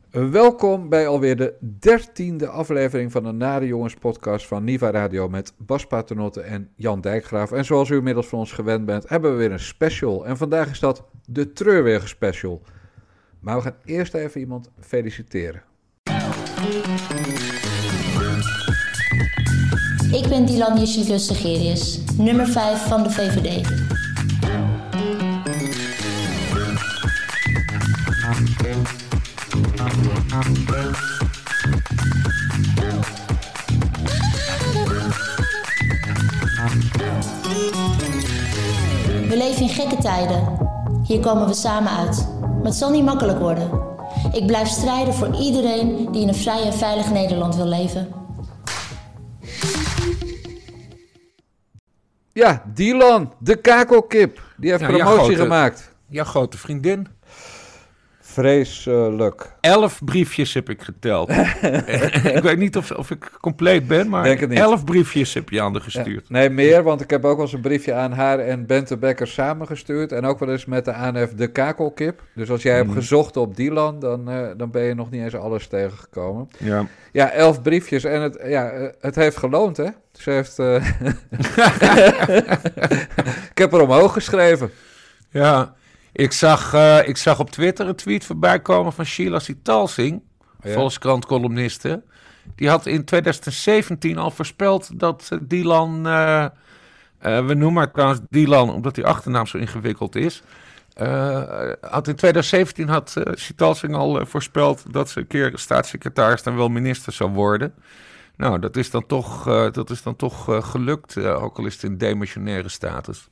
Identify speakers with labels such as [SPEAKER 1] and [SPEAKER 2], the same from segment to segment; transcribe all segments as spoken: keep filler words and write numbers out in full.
[SPEAKER 1] Welkom bij alweer de dertiende aflevering van de Nare Jongens podcast van Niva Radio met Bas Paternotte en Jan Dijkgraaf. En zoals u inmiddels van ons gewend bent, hebben we weer een special. En vandaag is dat de Treurwilgen special. Maar we gaan eerst even iemand feliciteren.
[SPEAKER 2] Ik ben Dylan Jessicus Segerius, nummer vijf van de V V D. We leven in gekke tijden. Hier komen we samen uit. Maar het zal niet makkelijk worden. Ik blijf strijden voor iedereen die in een vrij en veilig Nederland wil leven.
[SPEAKER 1] Ja, Dylan, de kakelkip. Die heeft ja, promotie grote, gemaakt.
[SPEAKER 3] Jouw grote vriendin.
[SPEAKER 1] Vreselijk.
[SPEAKER 3] Elf briefjes heb ik geteld. Ik weet niet of, of ik compleet ben, maar elf briefjes heb je aan haar gestuurd.
[SPEAKER 1] Ja, nee, meer, want ik heb ook wel eens een briefje aan haar en Bente Becker samengestuurd. En ook wel eens met de aanhef de kakelkip. Dus als jij mm. hebt gezocht op Dylan, dan, uh, dan ben je nog niet eens alles tegengekomen.
[SPEAKER 3] Ja,
[SPEAKER 1] ja elf briefjes en het, ja, het heeft geloond, hè? Ze heeft... Uh... ik heb er omhoog geschreven.
[SPEAKER 3] Ja. Ik zag, uh, ik zag op Twitter een tweet voorbij komen van Sheila Sitalsing, ja. Volkskrant-columniste. Die had in twintig zeventien al voorspeld dat uh, Dylan, uh, uh, we noemen het trouwens Dylan omdat die achternaam zo ingewikkeld is. Uh, had in twintig zeventien had uh, Sitalsing al uh, voorspeld dat ze een keer staatssecretaris en wel minister zou worden. Nou, dat is dan toch, uh, dat is dan toch uh, gelukt, uh, ook al is het in demissionaire status.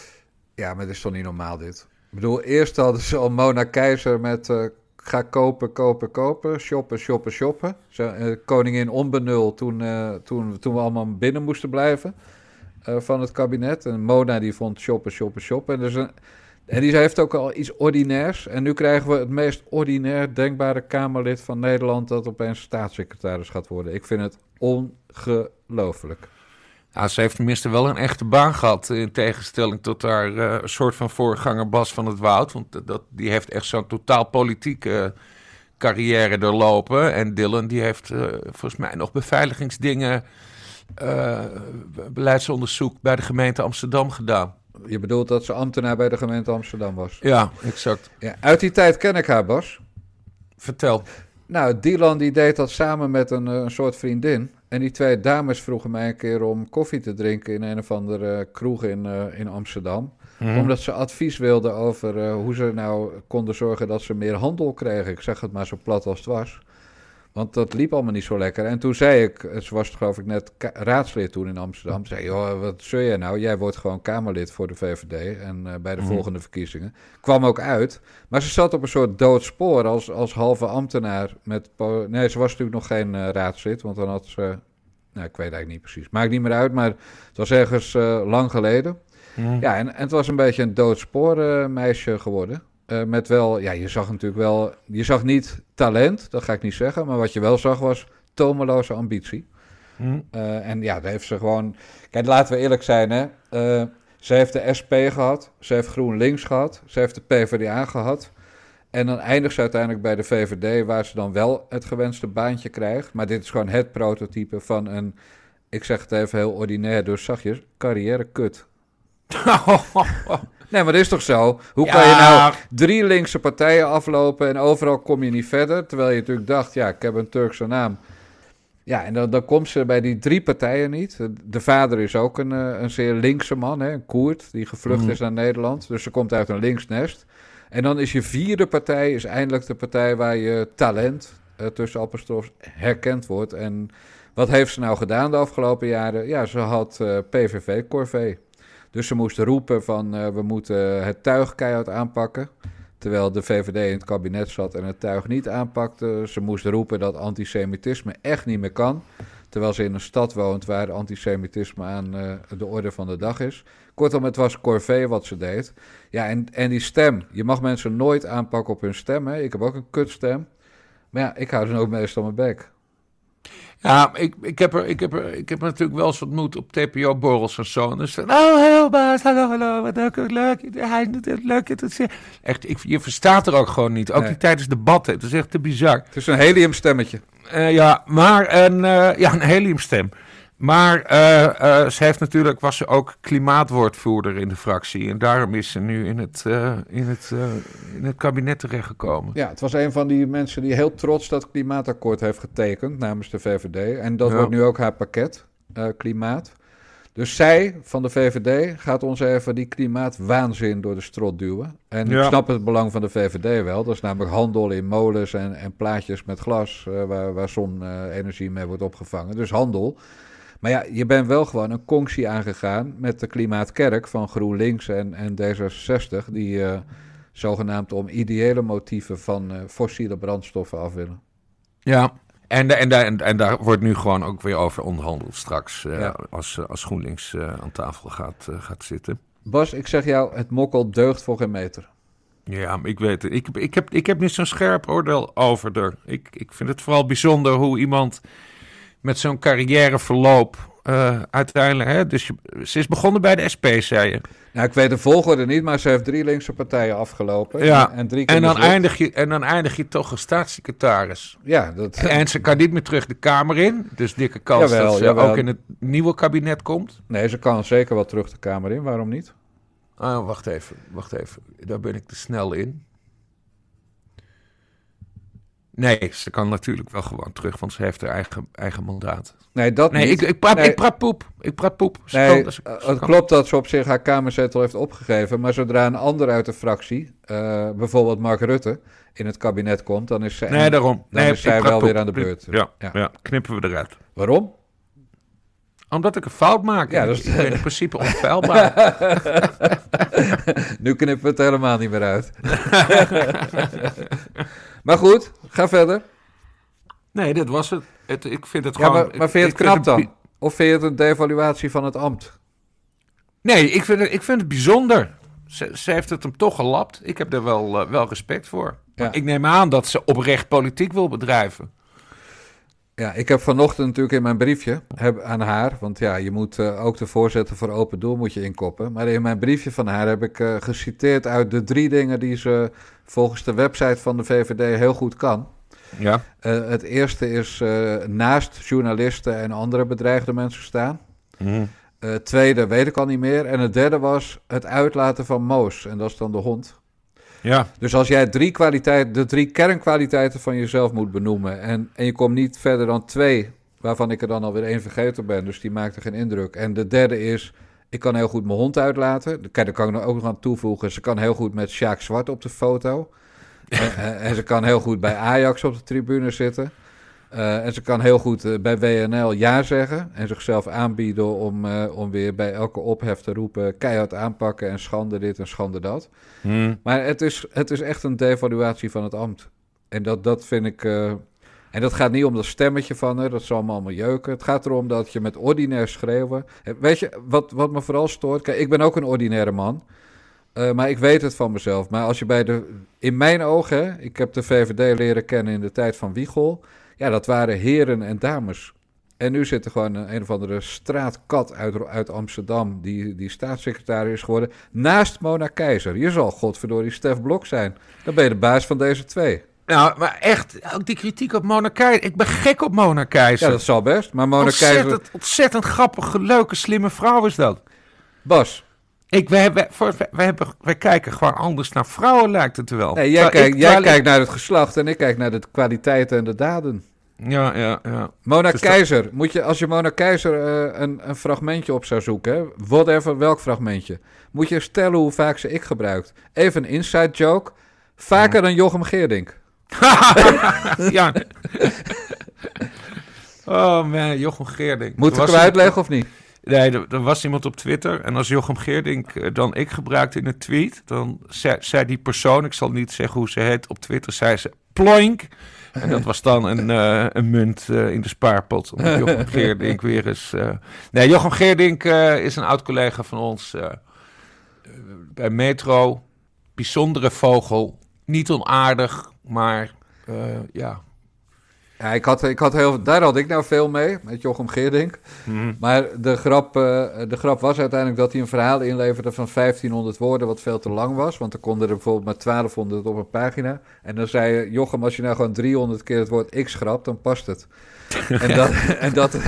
[SPEAKER 1] Ja, maar het is toch niet normaal dit? Ik bedoel, eerst hadden ze al Mona Keizer met uh, ga kopen, kopen, kopen, shoppen, shoppen, shoppen. Zo, uh, koningin onbenul toen, uh, toen, toen we allemaal binnen moesten blijven uh, van het kabinet. En Mona die vond shoppen, shoppen, shoppen. En, dus een, en die heeft ook al iets ordinairs. En nu krijgen we het meest ordinair denkbare Kamerlid van Nederland dat opeens staatssecretaris gaat worden. Ik vind het ongelooflijk.
[SPEAKER 3] Ja, ze heeft tenminste wel een echte baan gehad, in tegenstelling tot haar uh, soort van voorganger Bas van het Woud. Want dat, die heeft echt zo'n totaal politieke uh, carrière doorlopen. En Dylan die heeft uh, volgens mij nog beveiligingsdingen, uh, beleidsonderzoek bij de gemeente Amsterdam gedaan.
[SPEAKER 1] Je bedoelt dat ze ambtenaar bij de gemeente Amsterdam was?
[SPEAKER 3] Ja, exact.
[SPEAKER 1] Ja, uit die tijd ken ik haar, Bas.
[SPEAKER 3] Vertel.
[SPEAKER 1] Nou, Dylan die deed dat samen met een, een soort vriendin. En die twee dames vroegen mij een keer om koffie te drinken in een of andere kroeg in, uh, in Amsterdam. Mm. Omdat ze advies wilden over uh, hoe ze nou konden zorgen dat ze meer handel kregen. Ik zeg het maar zo plat als het was. Want dat liep allemaal niet zo lekker. En toen zei ik, ze was geloof ik net ka- raadslid toen in Amsterdam. Zei, joh, wat zul jij nou? Jij wordt gewoon Kamerlid voor de V V D en uh, bij de mm. volgende verkiezingen. Kwam ook uit. Maar ze zat op een soort doodspoor als, als halve ambtenaar. Met po- nee, ze was natuurlijk nog geen uh, raadslid, want dan had ze... Nou, ik weet eigenlijk niet precies. Maakt niet meer uit, maar het was ergens uh, lang geleden. Mm. Ja, en, en het was een beetje een doodspoor uh, meisje geworden. Uh, met wel, ja, je zag natuurlijk wel... Je zag niet talent, dat ga ik niet zeggen. Maar wat je wel zag was tomeloze ambitie. Mm. Uh, en ja, daar heeft ze gewoon... Kijk, laten we eerlijk zijn, hè. Uh, ze heeft de S P gehad. Ze heeft GroenLinks gehad. Ze heeft de P v d A gehad. En dan eindigt ze uiteindelijk bij de V V D... waar ze dan wel het gewenste baantje krijgt. Maar dit is gewoon het prototype van een... Ik zeg het even heel ordinair, dus zachtjes... carrière kut. Nee, maar dat is toch zo? Hoe ja. kan je nou drie linkse partijen aflopen en overal kom je niet verder? Terwijl je natuurlijk dacht, ja, ik heb een Turkse naam. Ja, en dan, dan komt ze bij die drie partijen niet. De vader is ook een, een zeer linkse man, hè, een Koerd, die gevlucht mm. is naar Nederland. Dus ze komt uit een links nest. En dan is je vierde partij is eindelijk de partij waar je talent uh, tussen appelstros herkend wordt. En wat heeft ze nou gedaan de afgelopen jaren? Ja, ze had uh, P V V-corvée. Dus ze moesten roepen van uh, we moeten het tuig keihard aanpakken. Terwijl de V V D in het kabinet zat en het tuig niet aanpakte. Ze moesten roepen dat antisemitisme echt niet meer kan. Terwijl ze in een stad woont waar antisemitisme aan uh, de orde van de dag is. Kortom, het was corvée wat ze deed. Ja, en, en die stem. Je mag mensen nooit aanpakken op hun stem. Hè? Ik heb ook een kutstem. Maar ja, ik hou dan ook meestal mijn bek.
[SPEAKER 3] Ja, ik, ik, heb er, ik, heb er, ik heb er natuurlijk wel eens ontmoet op T P O-borrels en zo. En dus van, oh, hallo Bas, hallo, hallo, wat leuk, leuk, hij doet het leuk. Het is echt, ik, je verstaat er ook gewoon niet. Ook
[SPEAKER 1] Nee.
[SPEAKER 3] niet tijdens debatten, het is echt te bizar.
[SPEAKER 1] Het is een heliumstemmetje.
[SPEAKER 3] Uh, ja, maar een, uh, ja, een heliumstem. Maar uh, uh, ze heeft natuurlijk, was ze ook klimaatwoordvoerder in de fractie. En daarom is ze nu in het, uh, in het, uh, in het kabinet terechtgekomen.
[SPEAKER 1] Ja, het was een van die mensen die heel trots dat klimaatakkoord heeft getekend namens de V V D. En dat
[SPEAKER 3] Ja.
[SPEAKER 1] wordt nu ook haar pakket, uh, klimaat. Dus zij van de V V D gaat ons even die klimaatwaanzin door de strot duwen. En
[SPEAKER 3] Ja.
[SPEAKER 1] ik snap het belang van de V V D wel. Dat is namelijk handel in molens en, en plaatjes met glas uh, waar, waar zonenergie mee wordt opgevangen. Dus handel. Maar ja, je bent wel gewoon een conctie aangegaan met de Klimaatkerk van GroenLinks en, en D zesenzestig... die uh, zogenaamd om ideële motieven van uh, fossiele brandstoffen af willen.
[SPEAKER 3] Ja, en, en, en, en daar wordt nu gewoon ook weer over onderhandeld straks... Uh,
[SPEAKER 1] Ja.
[SPEAKER 3] als, als GroenLinks uh, aan tafel gaat, uh, gaat zitten.
[SPEAKER 1] Bas, ik zeg jou, het mokkel deugt voor geen meter.
[SPEAKER 3] Ja, maar ik weet het. Ik, ik, heb, ik heb niet zo'n scherp oordeel over haar. Ik, ik vind het vooral bijzonder hoe iemand met zo'n carrièreverloop uh, uiteindelijk... Hè, dus je, ze is begonnen bij de S P, zei je.
[SPEAKER 1] Nou, ik weet de volgorde niet, maar ze heeft drie linkse partijen afgelopen.
[SPEAKER 3] Ja,
[SPEAKER 1] en, drie keer
[SPEAKER 3] en, dan
[SPEAKER 1] mislukt.
[SPEAKER 3] eindig je, en dan eindig je toch als staatssecretaris.
[SPEAKER 1] Ja, dat...
[SPEAKER 3] En ze kan niet meer terug de Kamer in. Dus dikke kans
[SPEAKER 1] Jawel,
[SPEAKER 3] dat ze
[SPEAKER 1] jawel.
[SPEAKER 3] ook in het nieuwe kabinet komt.
[SPEAKER 1] Nee, ze kan zeker wel terug de Kamer in, waarom niet?
[SPEAKER 3] Oh, wacht even, wacht even. Daar ben ik te snel in. Nee, ze kan natuurlijk wel gewoon terug, want ze heeft haar eigen, eigen mandaat.
[SPEAKER 1] Nee, dat
[SPEAKER 3] Nee,
[SPEAKER 1] niet.
[SPEAKER 3] ik, ik, praat,
[SPEAKER 1] Nee.
[SPEAKER 3] ik praat poep. Ik praat poep. Ze
[SPEAKER 1] Nee,
[SPEAKER 3] kan- ze-
[SPEAKER 1] uh,
[SPEAKER 3] ze
[SPEAKER 1] het
[SPEAKER 3] kan-
[SPEAKER 1] klopt dat ze op zich haar kamerzetel heeft opgegeven. Maar zodra een ander uit de fractie, uh, bijvoorbeeld Mark Rutte, in het kabinet komt, dan is zij,
[SPEAKER 3] Nee, daarom.
[SPEAKER 1] dan
[SPEAKER 3] Nee,
[SPEAKER 1] is zij
[SPEAKER 3] ik praat
[SPEAKER 1] wel
[SPEAKER 3] poep.
[SPEAKER 1] weer aan de beurt.
[SPEAKER 3] Ja,
[SPEAKER 1] Ja.
[SPEAKER 3] ja. knippen we eruit.
[SPEAKER 1] Waarom?
[SPEAKER 3] Omdat ik een fout maak.
[SPEAKER 1] Ja,
[SPEAKER 3] Ja,
[SPEAKER 1] dat
[SPEAKER 3] dat
[SPEAKER 1] is-
[SPEAKER 3] Ik ben in principe onfeilbaar.
[SPEAKER 1] Nu knippen we het helemaal niet meer uit. Maar goed, ga verder.
[SPEAKER 3] Nee, dit was het. het ik vind het
[SPEAKER 1] Ja,
[SPEAKER 3] gewoon...
[SPEAKER 1] maar, maar vind je het
[SPEAKER 3] ik
[SPEAKER 1] knap
[SPEAKER 3] vind
[SPEAKER 1] dan?
[SPEAKER 3] bi-
[SPEAKER 1] Of vind je het een devaluatie van het ambt?
[SPEAKER 3] Nee, ik vind het, ik vind het bijzonder. Ze, ze heeft het hem toch gelapt. Ik heb er wel, uh, wel respect voor. Maar
[SPEAKER 1] Ja.
[SPEAKER 3] ik neem aan dat ze oprecht politiek wil bedrijven.
[SPEAKER 1] Ja, ik heb vanochtend natuurlijk in mijn briefje heb, aan haar, want ja, je moet uh, ook de voorzitter voor Open Doel moet je inkoppen. Maar in mijn briefje van haar heb ik uh, geciteerd uit de drie dingen die ze volgens de website van de V V D heel goed kan.
[SPEAKER 3] Ja.
[SPEAKER 1] Uh, het eerste is uh, naast journalisten en andere bedreigde mensen staan.
[SPEAKER 3] Mm.
[SPEAKER 1] Uh, tweede weet ik al niet meer. En het derde was het uitlaten van Moos, en dat is dan de hond.
[SPEAKER 3] Ja.
[SPEAKER 1] Dus als jij drie kwaliteiten, de drie kernkwaliteiten van jezelf moet benoemen en, en je komt niet verder dan twee, waarvan ik er dan alweer één vergeten ben, dus die maakte geen indruk. En de derde is, ik kan heel goed mijn hond uitlaten. Kijk, daar kan ik er ook nog aan toevoegen. Ze kan heel goed met Sjaak Zwart op de foto. en, en ze kan heel goed bij Ajax op de tribune zitten. Uh, en ze kan heel goed uh, bij W N L ja zeggen en zichzelf aanbieden om, uh, om weer bij elke ophef te roepen keihard aanpakken en schande dit en schande dat.
[SPEAKER 3] Mm.
[SPEAKER 1] Maar het is, het is echt een devaluatie van het ambt. En dat, dat vind ik... Uh, en dat gaat niet om dat stemmetje van haar, dat zal me allemaal jeuken. Het gaat erom dat je met ordinair schreeuwen... Weet je, wat, wat me vooral stoort... Kijk, ik ben ook een ordinaire man. Uh, maar ik weet het van mezelf. Maar als je bij de... In mijn ogen, hè, ik heb de V V D leren kennen in de tijd van Wiegel. Ja, dat waren heren en dames. En nu zit er gewoon een, een of andere straatkat uit, uit Amsterdam... Die, die staatssecretaris is geworden. Naast Mona Keizer. Je zal godverdorie Stef Blok zijn. Dan ben je de baas van deze twee.
[SPEAKER 3] Nou, maar echt, ook die kritiek op Mona Keizer. Ik ben gek op Mona Keizer.
[SPEAKER 1] Ja, dat zal best. Maar Mona
[SPEAKER 3] ontzettend,
[SPEAKER 1] Keizer...
[SPEAKER 3] ontzettend grappige, leuke, slimme vrouw is dat.
[SPEAKER 1] Bas.
[SPEAKER 3] Ik, wij, wij, voor, wij, hebben, wij kijken gewoon anders naar vrouwen, lijkt het wel.
[SPEAKER 1] Nee, jij,
[SPEAKER 3] Terwijl
[SPEAKER 1] kijkt,
[SPEAKER 3] ik-
[SPEAKER 1] jij
[SPEAKER 3] terwijl
[SPEAKER 1] kijkt naar het geslacht en ik kijk naar de kwaliteiten en de daden.
[SPEAKER 3] ik- Ja, ja, ja.
[SPEAKER 1] Mona
[SPEAKER 3] Dus dat-
[SPEAKER 1] Keizer, moet je, als je Mona Keizer uh, een, een fragmentje op zou zoeken, hè, whatever, welk fragmentje, moet je stellen hoe vaak ze ik gebruikt. Even een inside joke, vaker dan Jochem Geerdink.
[SPEAKER 3] ja. Oh man, Jochem Geerdink.
[SPEAKER 1] Moet
[SPEAKER 3] Er
[SPEAKER 1] ik
[SPEAKER 3] was
[SPEAKER 1] hem
[SPEAKER 3] iemand-
[SPEAKER 1] uitleggen of niet?
[SPEAKER 3] Nee, er, er was iemand op Twitter. En als Jochem Geerdink uh, dan ik gebruikte in een tweet, dan zei, zei die persoon, ik zal niet zeggen hoe ze heet, op Twitter zei ze ploink. En dat was dan een, uh, een munt uh, in de spaarpot. Omdat Jochem Geerdink weer eens... Uh... Nee, Jochem Geerdink uh, is een oud-collega van ons uh, uh, bij Metro. Bijzondere vogel. Niet onaardig, maar uh, ja...
[SPEAKER 1] Ja, ik had, ik had heel, daar had ik nou veel mee, met Jochem Geerdink. Mm. Maar de grap, uh, de grap was uiteindelijk dat hij een verhaal inleverde van vijftienhonderd woorden, wat veel te lang was. Want dan konden er bijvoorbeeld maar twaalfhonderd op een pagina. En dan zei je, Jochem, als je nou gewoon driehonderd keer het woord ik schrapt, dan past het. En, dat, en dat,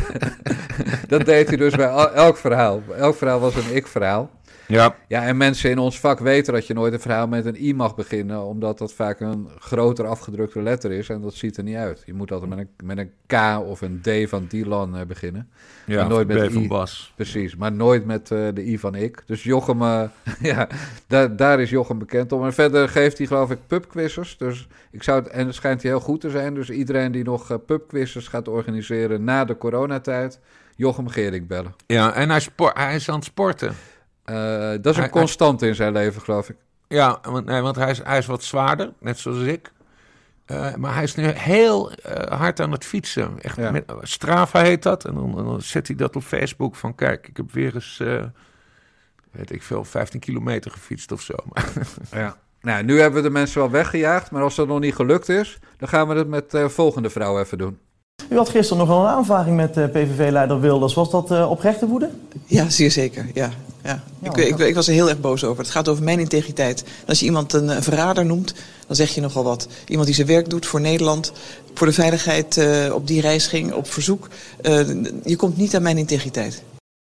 [SPEAKER 1] dat deed hij dus bij elk verhaal. Elk verhaal was een ik-verhaal.
[SPEAKER 3] Ja.
[SPEAKER 1] ja, en mensen in ons vak weten dat je nooit een verhaal met een i mag beginnen, omdat dat vaak een groter afgedrukte letter is en dat ziet er niet uit. Je moet altijd met een, met een K of een D van Dylan uh, beginnen.
[SPEAKER 3] Ja,
[SPEAKER 1] maar nooit met
[SPEAKER 3] B van Bas.
[SPEAKER 1] Precies, maar nooit met uh, de i van ik. Dus Jochem, uh, ja, daar, daar is Jochem bekend om. En verder geeft hij geloof ik pubquizzes, dus ik zou het, en het schijnt hij heel goed te zijn. Dus iedereen die nog uh, pubquizzes gaat organiseren na de coronatijd, Jochem Geerdink bellen.
[SPEAKER 3] Ja, en hij, sport, hij is aan het sporten.
[SPEAKER 1] Uh, dat is een hij, constante in zijn leven, geloof ik.
[SPEAKER 3] Ja, want, nee, want hij, is, hij is wat zwaarder, net zoals ik. Uh, maar hij is nu heel uh, hard aan het fietsen. Echt, ja. met, Strava heet dat. En dan, dan zet hij dat op Facebook van... kijk, ik heb weer eens, uh, weet ik veel, vijftien kilometer gefietst of zo.
[SPEAKER 1] Ja. Nou, nu hebben we de mensen wel weggejaagd. Maar als dat nog niet gelukt is... dan gaan we het met de uh, volgende vrouw even doen.
[SPEAKER 4] U had gisteren nog wel een aanvaring met uh, P V V-leider Wilders. Was dat uh, oprechte woede?
[SPEAKER 5] Ja, zeer zeker. Ja, ja.
[SPEAKER 4] Ja,
[SPEAKER 5] ik, ik, ik was er heel erg boos over. Het gaat over mijn integriteit. Als je iemand een, een verrader noemt, dan zeg je nogal wat. Iemand die zijn werk doet voor Nederland, voor de veiligheid, uh, op die reis ging, op verzoek. Uh, je komt niet aan mijn integriteit.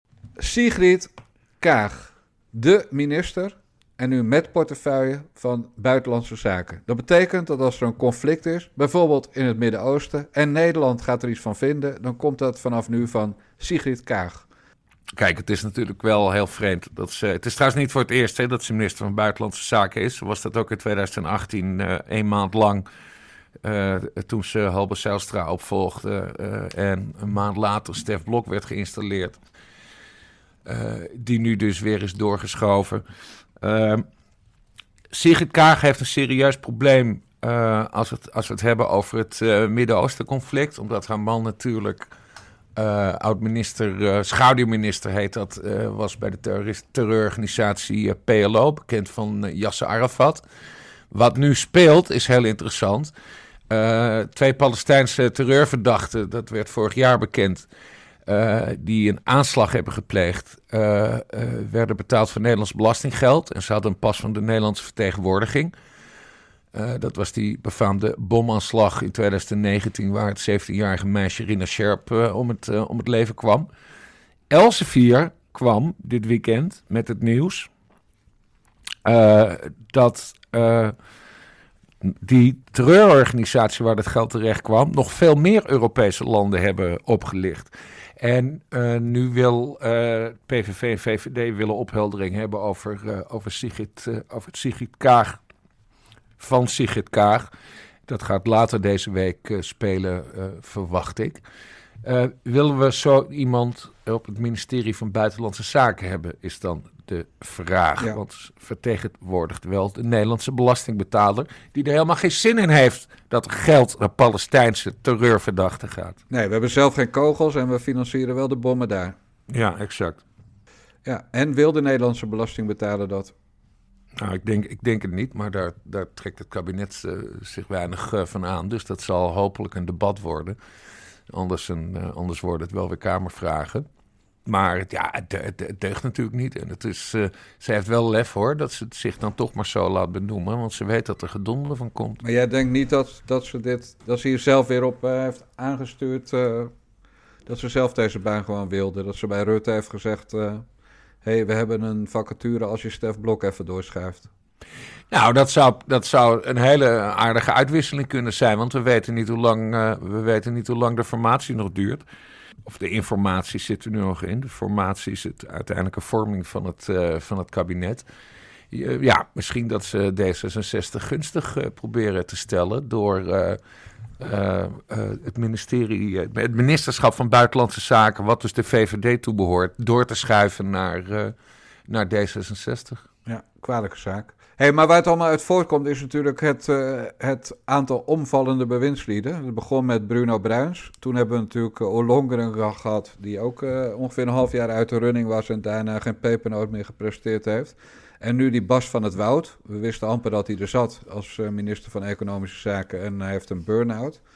[SPEAKER 1] Sigrid Kaag, de minister... en nu met portefeuille van Buitenlandse Zaken. Dat betekent dat als er een conflict is, bijvoorbeeld in het Midden-Oosten, en Nederland gaat er iets van vinden, dan komt dat vanaf nu van Sigrid Kaag.
[SPEAKER 3] Kijk, het is natuurlijk wel heel vreemd. Dat ze, het is trouwens niet voor het eerst hè, dat ze minister van Buitenlandse Zaken is. Ze was dat ook in twintig achttien, uh, een maand lang, uh, toen ze Halbe Zijlstra opvolgde. Uh, en een maand later Stef Blok werd geïnstalleerd. Uh, die nu dus weer is doorgeschoven. Uh, Sigrid Kaag heeft een serieus probleem uh, als, het, als we het hebben over het uh, Midden-Oosten conflict. Omdat haar man natuurlijk uh, oud-minister, uh, schaduwminister heet dat, uh, was bij de terrorist, terreurorganisatie uh, P L O, bekend van uh, Yasser Arafat. Wat nu speelt is heel interessant. Uh, twee Palestijnse terreurverdachten, dat werd vorig jaar bekend... Uh, die een aanslag hebben gepleegd, uh, uh, werden betaald van Nederlands belastinggeld. En ze hadden een pas van de Nederlandse vertegenwoordiging. Uh, dat was die befaamde bomaanslag in twintig negentien... waar het zeventienjarige meisje Rina Scherp uh, om, het, uh, om het leven kwam. Elsevier kwam dit weekend met het nieuws... Uh, dat uh, die terreurorganisatie waar dat geld terecht kwam... nog veel meer Europese landen hebben opgelicht... En uh, nu wil uh, P V V en V V D willen opheldering hebben over, uh, over, Sigrid, uh, over het Sigrid Kaag, van Sigrid Kaag. Dat gaat later deze week uh, spelen, uh, verwacht ik. Uh, willen we zo iemand op het ministerie van Buitenlandse Zaken hebben, is dan de vraag. Ja. Want vertegenwoordigt wel de Nederlandse belastingbetaler, die er helemaal geen zin in heeft dat er geld naar Palestijnse terreurverdachten gaat.
[SPEAKER 1] Nee, we hebben zelf geen kogels en we financieren wel de bommen daar.
[SPEAKER 3] Ja, exact.
[SPEAKER 1] Ja, en wil de Nederlandse belastingbetaler dat?
[SPEAKER 3] Nou, ik denk, ik denk het niet, maar daar, daar trekt het kabinet uh, zich weinig uh, van aan. Dus dat zal hopelijk een debat worden. Anders, een, uh, anders worden het wel weer kamervragen. Maar ja, het, het, het deugt natuurlijk niet. En het is, uh, ze heeft wel lef hoor, dat ze het zich dan toch maar zo laat benoemen. Want ze weet dat er gedonderen van komt.
[SPEAKER 1] Maar jij denkt niet dat, dat ze dit, dat ze hier zelf weer op uh, heeft aangestuurd, uh, dat ze zelf deze baan gewoon wilde. Dat ze bij Rutte heeft gezegd, hé, uh, hey, we hebben een vacature als je Stef Blok even doorschuift.
[SPEAKER 3] Nou, dat zou, dat zou een hele aardige uitwisseling kunnen zijn. Want we weten niet hoe lang, uh, we weten niet hoe lang de formatie nog duurt. Of de informatie zit er nu nog in. De formatie is het uiteindelijke vorming van het, uh, van het kabinet. Uh, ja, misschien dat ze D zesenzestig gunstig uh, proberen te stellen door uh, uh, uh, het ministerie, uh, het ministerschap van Buitenlandse Zaken, wat dus de V V D toebehoort, door te schuiven naar, uh, naar D zesenzestig.
[SPEAKER 1] Ja, kwalijke zaak. Hey, maar waar het allemaal uit voortkomt is natuurlijk het, uh, het aantal omvallende bewindslieden. Het begon met Bruno Bruins. Toen hebben we natuurlijk uh, Ollongren gehad, die ook uh, ongeveer een half jaar uit de running was en daarna geen pepernoot meer gepresteerd heeft. En nu die Bas van het Woud. We wisten amper dat hij er zat als uh, minister van Economische Zaken en hij heeft een burn-out.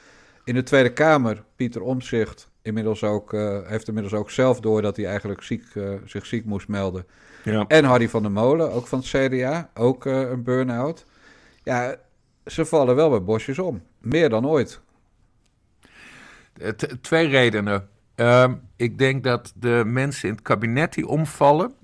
[SPEAKER 1] in de Tweede Kamer, Pieter Omtzigt, inmiddels ook, uh, heeft inmiddels ook zelf door dat hij eigenlijk ziek, uh, zich ziek moest melden. Ja. En Harry van der Molen, ook van het C D A, ook uh, een burn-out. Ja, ze vallen wel bij bosjes om. Meer dan ooit.
[SPEAKER 3] T- twee redenen. Uh, ik denk dat de mensen in het kabinet die omvallen,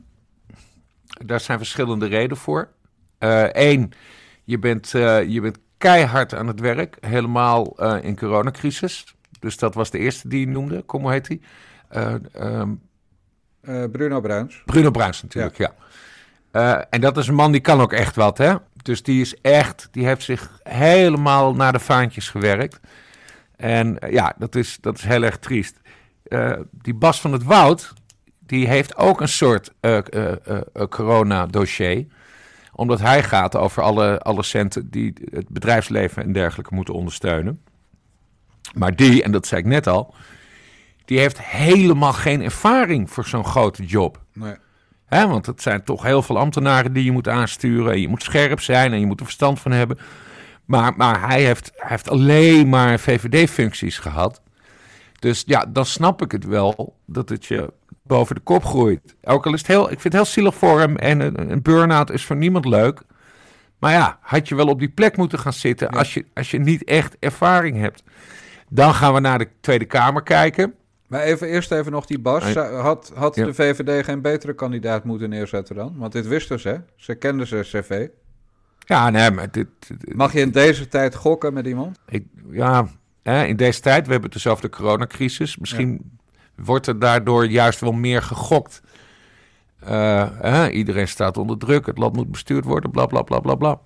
[SPEAKER 3] daar zijn verschillende redenen voor. Eén, uh, je, bent, uh, je bent keihard aan het werk, helemaal uh, in coronacrisis. Dus dat was de eerste die je noemde. Kom, hoe heet die? Uh, um,
[SPEAKER 1] uh, Bruno Bruins.
[SPEAKER 3] Bruno Bruins natuurlijk, ja. ja. Uh, en dat is een man die kan ook echt wat, hè. Dus die is echt, die heeft zich helemaal naar de vaantjes gewerkt. En uh, ja, dat is, dat is heel erg triest. Uh, die Bas van het Woud, die heeft ook een soort uh, uh, uh, uh, corona-dossier. Omdat hij gaat over alle, alle centen die het bedrijfsleven en dergelijke moeten ondersteunen. Maar die, en dat zei ik net al, die heeft helemaal geen ervaring voor zo'n grote job.
[SPEAKER 1] Nee.
[SPEAKER 3] He, want het zijn toch heel veel ambtenaren die je moet aansturen. En je moet scherp zijn en je moet er verstand van hebben. Maar, maar hij, heeft, hij heeft alleen maar V V D-functies gehad. Dus ja, dan snap ik het wel dat het je boven de kop groeit. Ook al is het heel, ik vind het heel zielig voor hem en een, een burn-out is voor niemand leuk. Maar ja, had je wel op die plek moeten gaan zitten ja. als, je, als je niet echt ervaring hebt. Dan gaan we naar de Tweede Kamer kijken.
[SPEAKER 1] Maar even, eerst even nog die Bas. Had, had ja. de V V D geen betere kandidaat moeten neerzetten dan? Want dit wisten ze, ze kenden zijn cv.
[SPEAKER 3] Ja, nee, maar dit... dit
[SPEAKER 1] Mag je in deze tijd gokken met iemand?
[SPEAKER 3] Ik, ja, hè, in deze tijd, we hebben het dus over de coronacrisis. Misschien ja. wordt er daardoor juist wel meer gegokt. Uh, hè, iedereen staat onder druk, het land moet bestuurd worden, bla, bla, bla, bla, bla.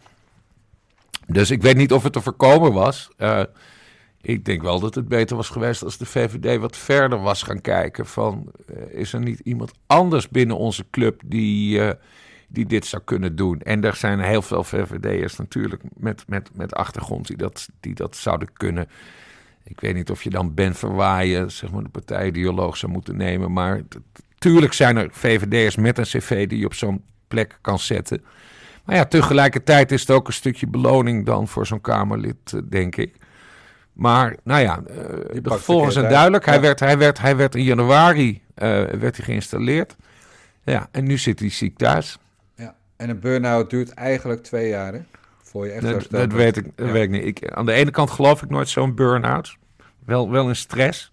[SPEAKER 3] Dus ik weet niet of het te voorkomen was... Uh, Ik denk wel dat het beter was geweest als de V V D wat verder was gaan kijken. Van, uh, is er niet iemand anders binnen onze club die, uh, die dit zou kunnen doen? En er zijn heel veel V V D'ers natuurlijk met, met, met achtergrond die dat, die dat zouden kunnen. Ik weet niet of je dan Ben Verwaaien, zeg maar de partijideoloog, zou moeten nemen. Maar t- tuurlijk zijn er V V D'ers met een cv die je op zo'n plek kan zetten. Maar ja, tegelijkertijd is het ook een stukje beloning dan voor zo'n Kamerlid, uh, denk ik. Maar, nou ja, uh, de gevolgen zijn duidelijk. Hij, ja. werd, hij, werd, hij werd in januari uh, werd hij geïnstalleerd. Ja, en nu zit hij ziek thuis.
[SPEAKER 1] Ja, en een burn-out duurt eigenlijk twee jaar, hè? Voor je echt
[SPEAKER 3] dat, dat weet ik, dat ja. weet ik niet. Ik, aan de ene kant geloof ik nooit zo'n burn-out. Wel, wel in stress.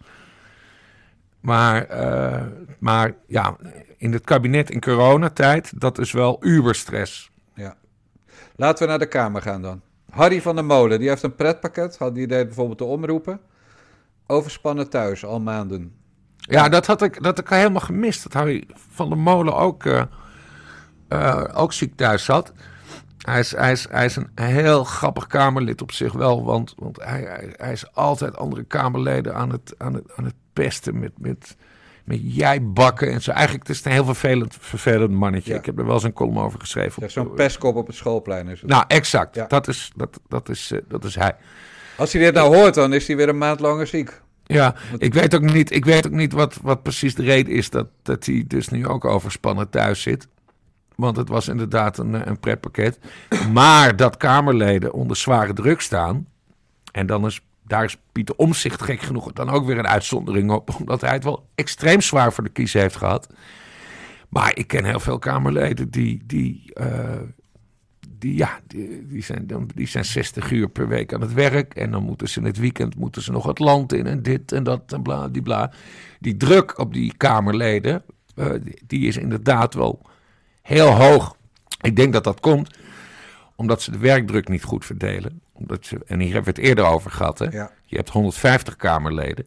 [SPEAKER 3] Maar, uh, maar ja, in het kabinet in coronatijd, dat is wel uberstress.
[SPEAKER 1] Ja. Laten we naar de Kamer gaan dan. Harry van der Molen, die heeft een pretpakket. Die deed bijvoorbeeld de omroepen. Overspannen thuis, al maanden.
[SPEAKER 3] Ja, dat had ik, dat had ik helemaal gemist. Dat Harry van der Molen ook, uh, uh, ook ziek thuis zat. Hij is, hij, is, hij is een heel grappig Kamerlid op zich wel. Want, want hij, hij, hij is altijd andere Kamerleden aan het, aan het, aan het pesten met... met met jijbakken en zo. Eigenlijk het is het een heel vervelend, vervelend mannetje. Ja. Ik heb er wel eens een column over geschreven.
[SPEAKER 1] Ja, zo'n pestkop op het schoolplein is het.
[SPEAKER 3] Nou, exact. Ja. Dat, is, dat, dat, is, uh, dat is hij.
[SPEAKER 1] Als hij dit nou hoort, dan is hij weer een maand langer ziek.
[SPEAKER 3] Ja, ik weet ook niet, ik weet ook niet wat, wat precies de reden is dat, dat hij dus nu ook overspannen thuis zit. Want het was inderdaad een, een pretpakket. Maar dat Kamerleden onder zware druk staan. En dan is... Daar is Pieter Omtzigt gek genoeg dan ook weer een uitzondering op. Omdat hij het wel extreem zwaar voor de kiezer heeft gehad. Maar ik ken heel veel Kamerleden die, die, uh, die, ja, die, die, zijn, die zijn zestig uur per week aan het werk. En dan moeten ze in het weekend moeten ze nog het land in en dit en dat en bla, die bla. Die druk op die Kamerleden, uh, die, die is inderdaad wel heel hoog. Ik denk dat dat komt omdat ze de werkdruk niet goed verdelen. Omdat ze, en hier hebben we het eerder over gehad. Hè? Ja. Je hebt honderdvijftig Kamerleden.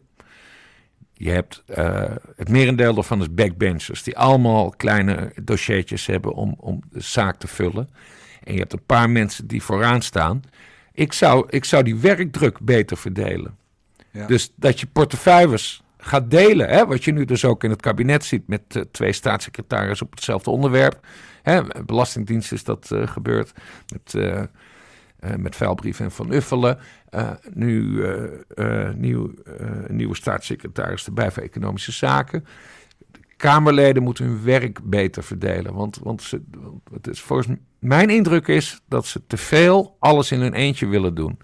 [SPEAKER 3] Je hebt uh, het merendeel daarvan is backbenchers. Die allemaal kleine dossiertjes hebben om, om de zaak te vullen. En je hebt een paar mensen die vooraan staan. Ik zou, ik zou die werkdruk beter verdelen. Ja. Dus dat je portefeuilles gaat delen. Hè? Wat je nu dus ook in het kabinet ziet met uh, twee staatssecretarissen op hetzelfde onderwerp. Hè? Belastingdienst is dat uh, gebeurd. Met... Uh, Uh, met Veilbrief en Van Uffelen. Uh, nu uh, uh, nieuw, uh, nieuwe staatssecretaris erbij voor Economische Zaken. De Kamerleden moeten hun werk beter verdelen. Want, want, ze, want het is volgens mijn indruk is dat ze te veel alles in hun eentje willen doen.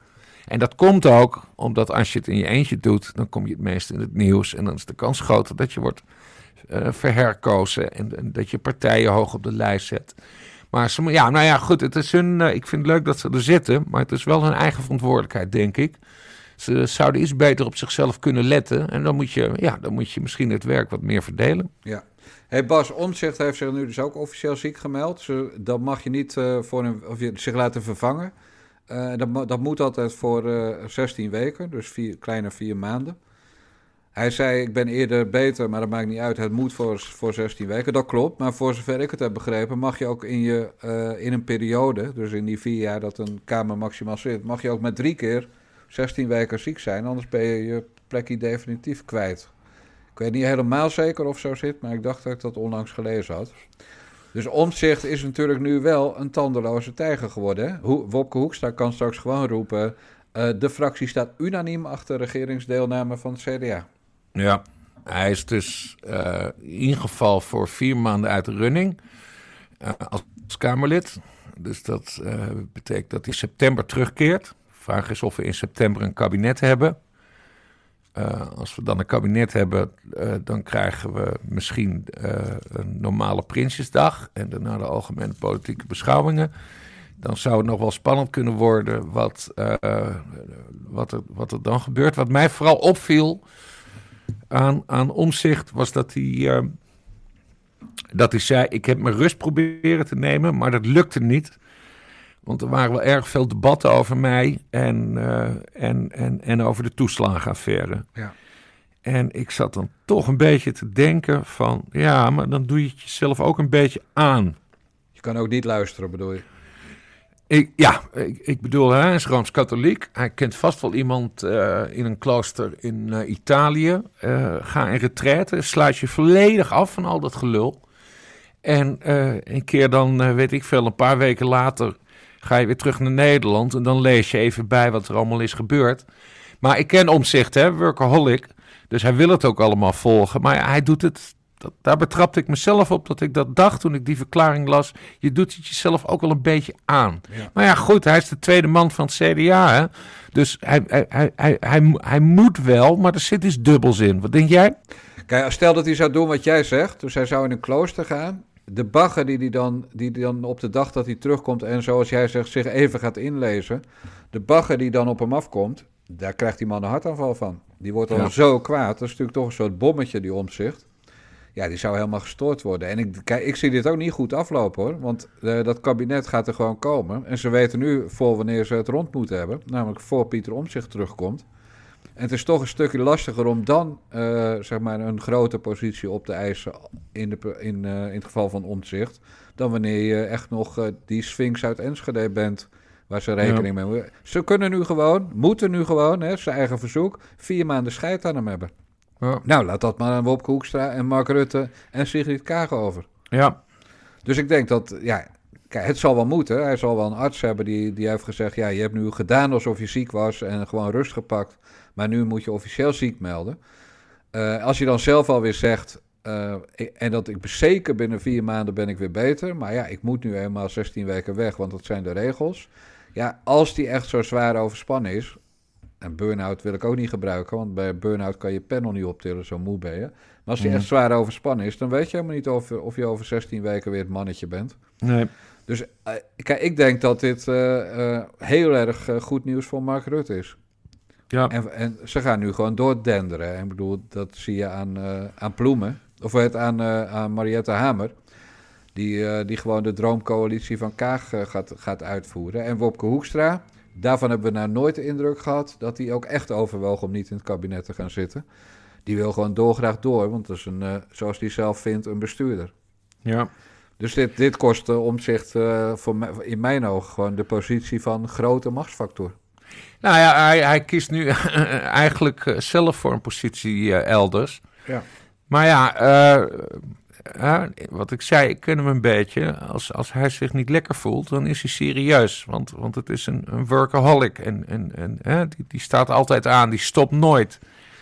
[SPEAKER 3] En dat komt ook omdat als je het in je eentje doet, dan kom je het meest in het nieuws. En dan is de kans groter dat je wordt uh, verherkozen en, en dat je partijen hoog op de lijst zet. Maar ze, ja, nou ja, goed, het is hun, uh, ik vind het leuk dat ze er zitten, maar het is wel hun eigen verantwoordelijkheid, denk ik. Ze zouden iets beter op zichzelf kunnen letten. En dan moet je, ja, dan moet je misschien het werk wat meer verdelen.
[SPEAKER 1] Ja. Hey Bas, Omtzigt heeft zich nu dus ook officieel ziek gemeld. Ze, dan mag je niet uh, voor een, of je, zich laten vervangen. Uh, dat, dat moet altijd voor uh, zestien weken, dus vier, kleine vier maanden. Hij zei, ik ben eerder beter, maar dat maakt niet uit. Het moet voor, voor zestien weken, dat klopt. Maar voor zover ik het heb begrepen, mag je ook in, je, uh, in een periode, dus in die vier jaar dat een kamer maximaal zit, mag je ook met drie keer zestien weken ziek zijn. Anders ben je je plekje definitief kwijt. Ik weet niet helemaal zeker of zo zit, maar ik dacht dat ik dat onlangs gelezen had. Dus Omtzigt is natuurlijk nu wel een tandeloze tijger geworden. Hè? Ho- Wopke Hoekstra kan straks gewoon roepen, uh, de fractie staat unaniem achter regeringsdeelname van het C D A.
[SPEAKER 3] Ja, hij is dus uh, ingeval voor vier maanden uit de running uh, als Kamerlid. Dus dat uh, betekent dat hij in september terugkeert. De vraag is of we in september een kabinet hebben. Uh, als we dan een kabinet hebben, uh, dan krijgen we misschien uh, een normale Prinsjesdag en daarna de algemene politieke beschouwingen. Dan zou het nog wel spannend kunnen worden wat, uh, wat, er, wat er dan gebeurt. Wat mij vooral opviel aan, aan Omtzigt was dat hij, uh, dat hij zei, ik heb mijn rust proberen te nemen, maar dat lukte niet. Want er waren wel erg veel debatten over mij en, uh, en, en, en over de toeslagenaffaire.
[SPEAKER 1] Ja.
[SPEAKER 3] En ik zat dan toch een beetje te denken van, ja, maar dan doe je het jezelf ook een beetje aan.
[SPEAKER 1] Je kan ook niet luisteren, bedoel je?
[SPEAKER 3] Ik, ja, ik, ik bedoel, hij is Rooms-Katholiek. Hij kent vast wel iemand uh, in een klooster in uh, Italië. Uh, ga in retraite, sluit je volledig af van al dat gelul. En uh, een keer dan, uh, weet ik veel, een paar weken later ga je weer terug naar Nederland en dan lees je even bij wat er allemaal is gebeurd. Maar ik ken Omtzigt, hè, workaholic, dus hij wil het ook allemaal volgen. Maar hij doet het, dat, daar betrapte ik mezelf op dat ik dat dacht toen ik die verklaring las. Je doet het jezelf ook wel een beetje aan. Ja. Maar ja, goed, hij is de tweede man van het C D A, hè. Dus hij, hij, hij, hij, hij, hij moet wel, maar er zit iets dubbels in. Wat denk jij?
[SPEAKER 1] Kijk, stel dat hij zou doen wat jij zegt, dus hij zou in een klooster gaan. De bagger die hij dan, die dan op de dag dat hij terugkomt en zoals jij zegt zich even gaat inlezen. De bagger die dan op hem afkomt, daar krijgt die man een hartaanval van. Die wordt dan ja. zo kwaad. Dat is natuurlijk toch een soort bommetje die Omtzigt. Ja, die zou helemaal gestoord worden. En ik, kijk, ik zie dit ook niet goed aflopen hoor. Want uh, dat kabinet gaat er gewoon komen. En ze weten nu voor wanneer ze het rond moeten hebben. Namelijk voor Pieter Omtzigt terugkomt. En het is toch een stukje lastiger om dan uh, zeg maar een grote positie op te eisen in, de, in, uh, in het geval van Omtzigt, dan wanneer je echt nog uh, die Sphinx uit Enschede bent, waar ze rekening ja. mee moeten. Ze kunnen nu gewoon, moeten nu gewoon, hè, zijn eigen verzoek, vier maanden scheid aan hem hebben. Ja. Nou, laat dat maar aan Wopke Hoekstra en Mark Rutte en Sigrid Kaag over.
[SPEAKER 3] Ja.
[SPEAKER 1] Dus ik denk dat, ja, kijk, het zal wel moeten. Hij zal wel een arts hebben die, die heeft gezegd, ja, je hebt nu gedaan alsof je ziek was en gewoon rust gepakt. Maar nu moet je officieel ziek melden. Uh, als je dan zelf alweer zegt, uh, ik, en dat ik zeker binnen vier maanden ben ik weer beter. Maar ja, ik moet nu eenmaal zestien weken weg, want dat zijn de regels. Ja, als die echt zo zwaar overspannen is. En burn-out wil ik ook niet gebruiken, want bij burn-out kan je pen nog niet optillen, zo moe ben je. Maar als die mm. echt zwaar overspannen is, dan weet je helemaal niet of, of je over zestien weken weer het mannetje bent.
[SPEAKER 3] Nee.
[SPEAKER 1] Dus uh, kijk, ik denk dat dit uh, uh, heel erg uh, goed nieuws voor Mark Rutte is. Ja. En, en ze gaan nu gewoon doordenderen. Ik bedoel, dat zie je aan, uh, aan Ploemen. Of het aan, uh, aan Mariette Hamer. Die, uh, die gewoon de droomcoalitie van Kaag uh, gaat, gaat uitvoeren. En Wopke Hoekstra, daarvan hebben we nou nooit de indruk gehad dat hij ook echt overwoog om niet in het kabinet te gaan zitten. Die wil gewoon dolgraag door, want dat is een, uh, zoals hij zelf vindt, een bestuurder. Ja. Dus dit, dit kost uh, Omtzigt uh, voor mij, in mijn ogen gewoon de positie van grote machtsfactor.
[SPEAKER 3] Nou ja, hij, hij kiest nu eigenlijk zelf voor een positie uh, elders. Ja. Maar ja, uh, uh, wat ik zei, ik ken hem een beetje. Als, als hij zich niet lekker voelt, dan is hij serieus. Want, want het is een, een workaholic. En, en, en uh, die, die staat altijd aan, die stopt nooit.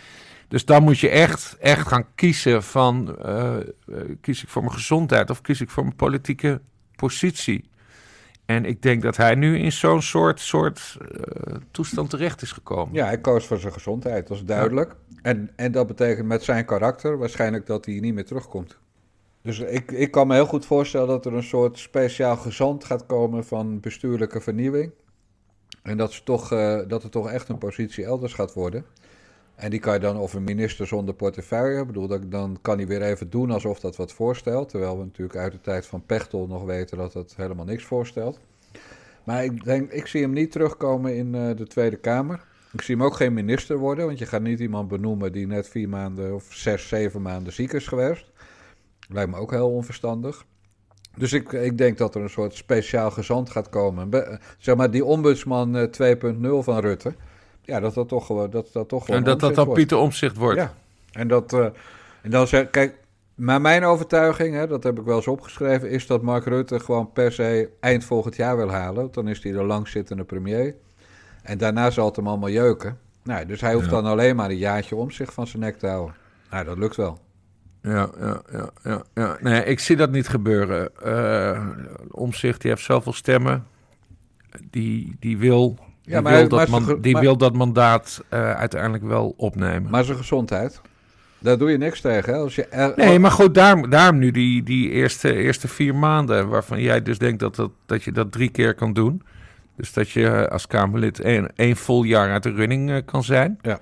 [SPEAKER 3] Dus dan moet je echt, echt gaan kiezen van, uh, uh, kies ik voor mijn gezondheid of kies ik voor mijn politieke positie. En ik denk dat hij nu in zo'n soort, soort uh, toestand terecht is gekomen.
[SPEAKER 1] Ja, hij koos voor zijn gezondheid, dat is duidelijk. Ja. En, en dat betekent met zijn karakter waarschijnlijk dat hij niet meer terugkomt. Dus ik, ik kan me heel goed voorstellen dat er een soort speciaal gezant gaat komen van bestuurlijke vernieuwing. En dat, ze toch, uh, dat er toch echt een positie elders gaat worden. En die kan je dan of een minister zonder portefeuille. Ik bedoel, dat, dan kan hij weer even doen alsof dat wat voorstelt. Terwijl we natuurlijk uit de tijd van Pechtold nog weten dat dat helemaal niks voorstelt. Maar ik denk, ik zie hem niet terugkomen in uh, de Tweede Kamer. Ik zie hem ook geen minister worden, want je gaat niet iemand benoemen die net vier maanden of zes, zeven maanden ziek is geweest. Lijkt me ook heel onverstandig. Dus ik, ik denk dat er een soort speciaal gezant gaat komen. Be, zeg maar die ombudsman uh, twee punt nul van Rutte. Ja, dat dat toch gewoon dat dat toch gewoon
[SPEAKER 3] en dat dat dan Pieter Omtzigt wordt.
[SPEAKER 1] Ja. En dat uh, en dan zeg kijk, maar mijn overtuiging, hè, dat heb ik wel eens opgeschreven, is dat Mark Rutte gewoon per se eind volgend jaar wil halen. Dan is hij de langzittende premier. En daarna zal het hem allemaal jeuken. Nou, dus hij hoeft ja. dan alleen maar een jaartje om zich van zijn nek te houden. Nou, dat lukt wel.
[SPEAKER 3] Ja, ja, ja, ja, ja. Nee, ik zie dat niet gebeuren. Uh, Omtzigt, die heeft zoveel stemmen. Die, die wil, die ja, maar, wil, dat, man, ge- die maar, wil dat mandaat uh, uiteindelijk wel opnemen.
[SPEAKER 1] Maar zijn gezondheid, daar doe je niks tegen. Hè? Als je er,
[SPEAKER 3] nee, maar goed, daarom, daarom nu die, die eerste, eerste vier maanden... waarvan jij dus denkt dat, dat, dat je dat drie keer kan doen. Dus dat je als Kamerlid één, één vol jaar uit de running uh, kan zijn.
[SPEAKER 1] Ja.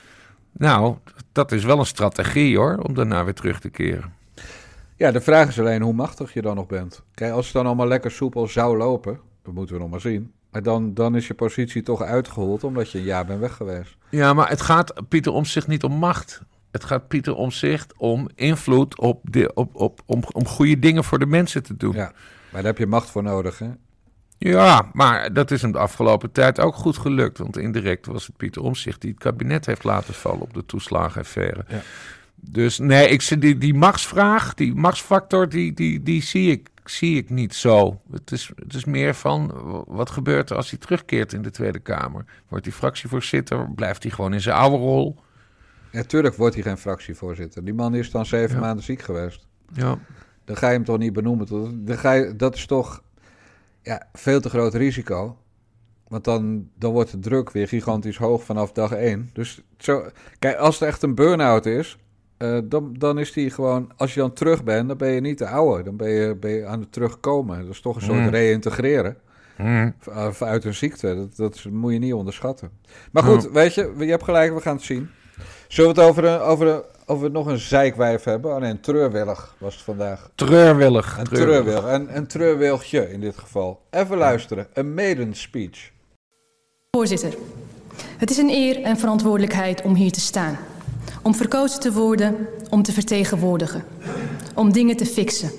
[SPEAKER 3] Nou, dat is wel een strategie hoor, om daarna weer terug te keren.
[SPEAKER 1] Ja, de vraag is alleen hoe machtig je dan nog bent. Kijk, als het dan allemaal lekker soepel zou lopen, dat moeten we nog maar zien. Maar dan, dan is je positie toch uitgehold, omdat je een jaar bent weg geweest.
[SPEAKER 3] Ja, maar het gaat Pieter Omtzigt niet om macht. Het gaat Pieter Omtzigt om invloed op de, op, op, om, om goede dingen voor de mensen te doen.
[SPEAKER 1] Ja, maar daar heb je macht voor nodig, hè?
[SPEAKER 3] Ja, maar dat is hem de afgelopen tijd ook goed gelukt. Want indirect was het Pieter Omtzigt die het kabinet heeft laten vallen op de toeslagenaffaire. Ja. Dus nee, ik zie die, die machtsvraag, die machtsfactor, die, die, die zie, ik, zie ik niet zo. Het is, het is meer van, wat gebeurt er als hij terugkeert in de Tweede Kamer? Wordt hij fractievoorzitter? Blijft hij gewoon in zijn oude rol?
[SPEAKER 1] Ja, tuurlijk wordt hij geen fractievoorzitter. Die man is dan zeven ja. maanden ziek geweest.
[SPEAKER 3] Ja.
[SPEAKER 1] Dan ga je hem toch niet benoemen. Dan ga je, dat is toch... Ja, veel te groot risico. Want dan, dan wordt de druk weer gigantisch hoog vanaf dag één. Dus zo, kijk, als het echt een burn-out is, uh, dan, dan is die gewoon... Als je dan terug bent, dan ben je niet de oude. Dan ben je, ben je aan het terugkomen. Dat is toch een soort mm. reïntegreren. Mm. Uit een ziekte. Dat, dat moet je niet onderschatten. Maar goed, mm. weet je, je hebt gelijk, we gaan het zien. Zullen we het over, een, over, een, over nog een zeikwijf hebben? Oh nee, een treurwillig was het vandaag.
[SPEAKER 3] Treurwillig.
[SPEAKER 1] Een treurwillig. Een, een treurwilgje in dit geval. Even luisteren. Een maiden speech.
[SPEAKER 6] Voorzitter, het is een eer en verantwoordelijkheid om hier te staan. Om verkozen te worden, om te vertegenwoordigen. Om dingen te fixen.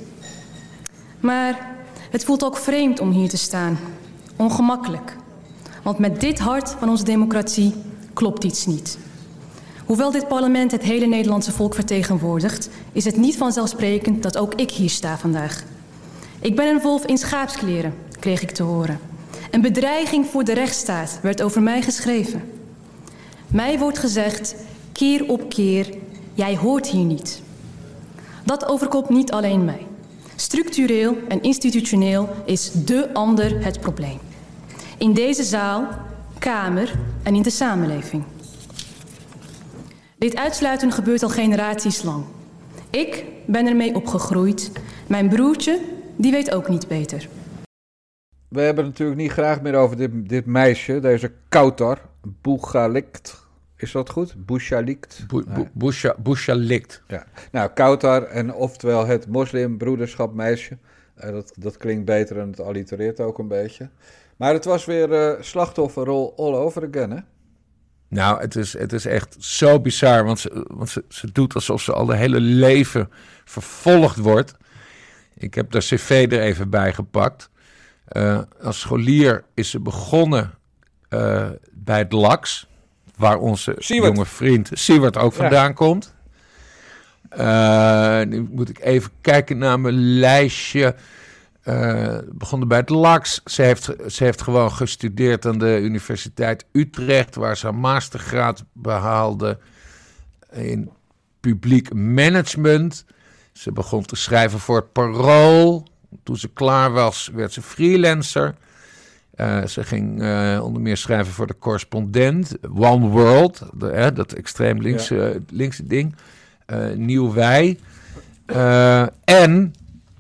[SPEAKER 6] Maar het voelt ook vreemd om hier te staan. Ongemakkelijk. Want met dit hart van onze democratie klopt iets niet. Hoewel dit parlement het hele Nederlandse volk vertegenwoordigt, is het niet vanzelfsprekend dat ook ik hier sta vandaag. Ik ben een wolf in schaapskleren, kreeg ik te horen. Een bedreiging voor de rechtsstaat werd over mij geschreven. Mij wordt gezegd, keer op keer, jij hoort hier niet. Dat overkomt niet alleen mij. Structureel en institutioneel is de ander het probleem. In deze zaal, Kamer en in de samenleving. Dit uitsluiten gebeurt al generaties lang. Ik ben ermee opgegroeid. Mijn broertje, die weet ook niet beter.
[SPEAKER 1] We hebben het natuurlijk niet graag meer over dit, dit meisje, deze Kautar Bouchalikt. Is dat goed? Bouchalikt?
[SPEAKER 3] Bouchalikt.
[SPEAKER 1] Ja. Nou, Kautar en oftewel het moslimbroederschap meisje. Uh, dat, dat klinkt beter en het allitereert ook een beetje. Maar het was weer uh, slachtofferrol all over again, hè?
[SPEAKER 3] Nou, het is, het is echt zo bizar, want, ze, want ze, ze doet alsof ze al de hele leven vervolgd wordt. Ik heb de cv er even bij gepakt. Uh, als scholier is ze begonnen uh, bij het L A X, waar onze
[SPEAKER 1] Siewert.
[SPEAKER 3] jonge vriend Siewert ook vandaan ja. komt. Uh, nu moet ik even kijken naar mijn lijstje. Uh, begonnen bij het L A X. Ze heeft, ze heeft gewoon gestudeerd aan de Universiteit Utrecht, waar ze een mastergraad behaalde in publiek management. Ze begon te schrijven voor het Parool. Toen ze klaar was, werd ze freelancer. Uh, ze ging uh, onder meer schrijven voor de Correspondent. One World, de, hè, dat extreem linkse, ja. linkse ding. Uh, Nieuw Wij. Uh, en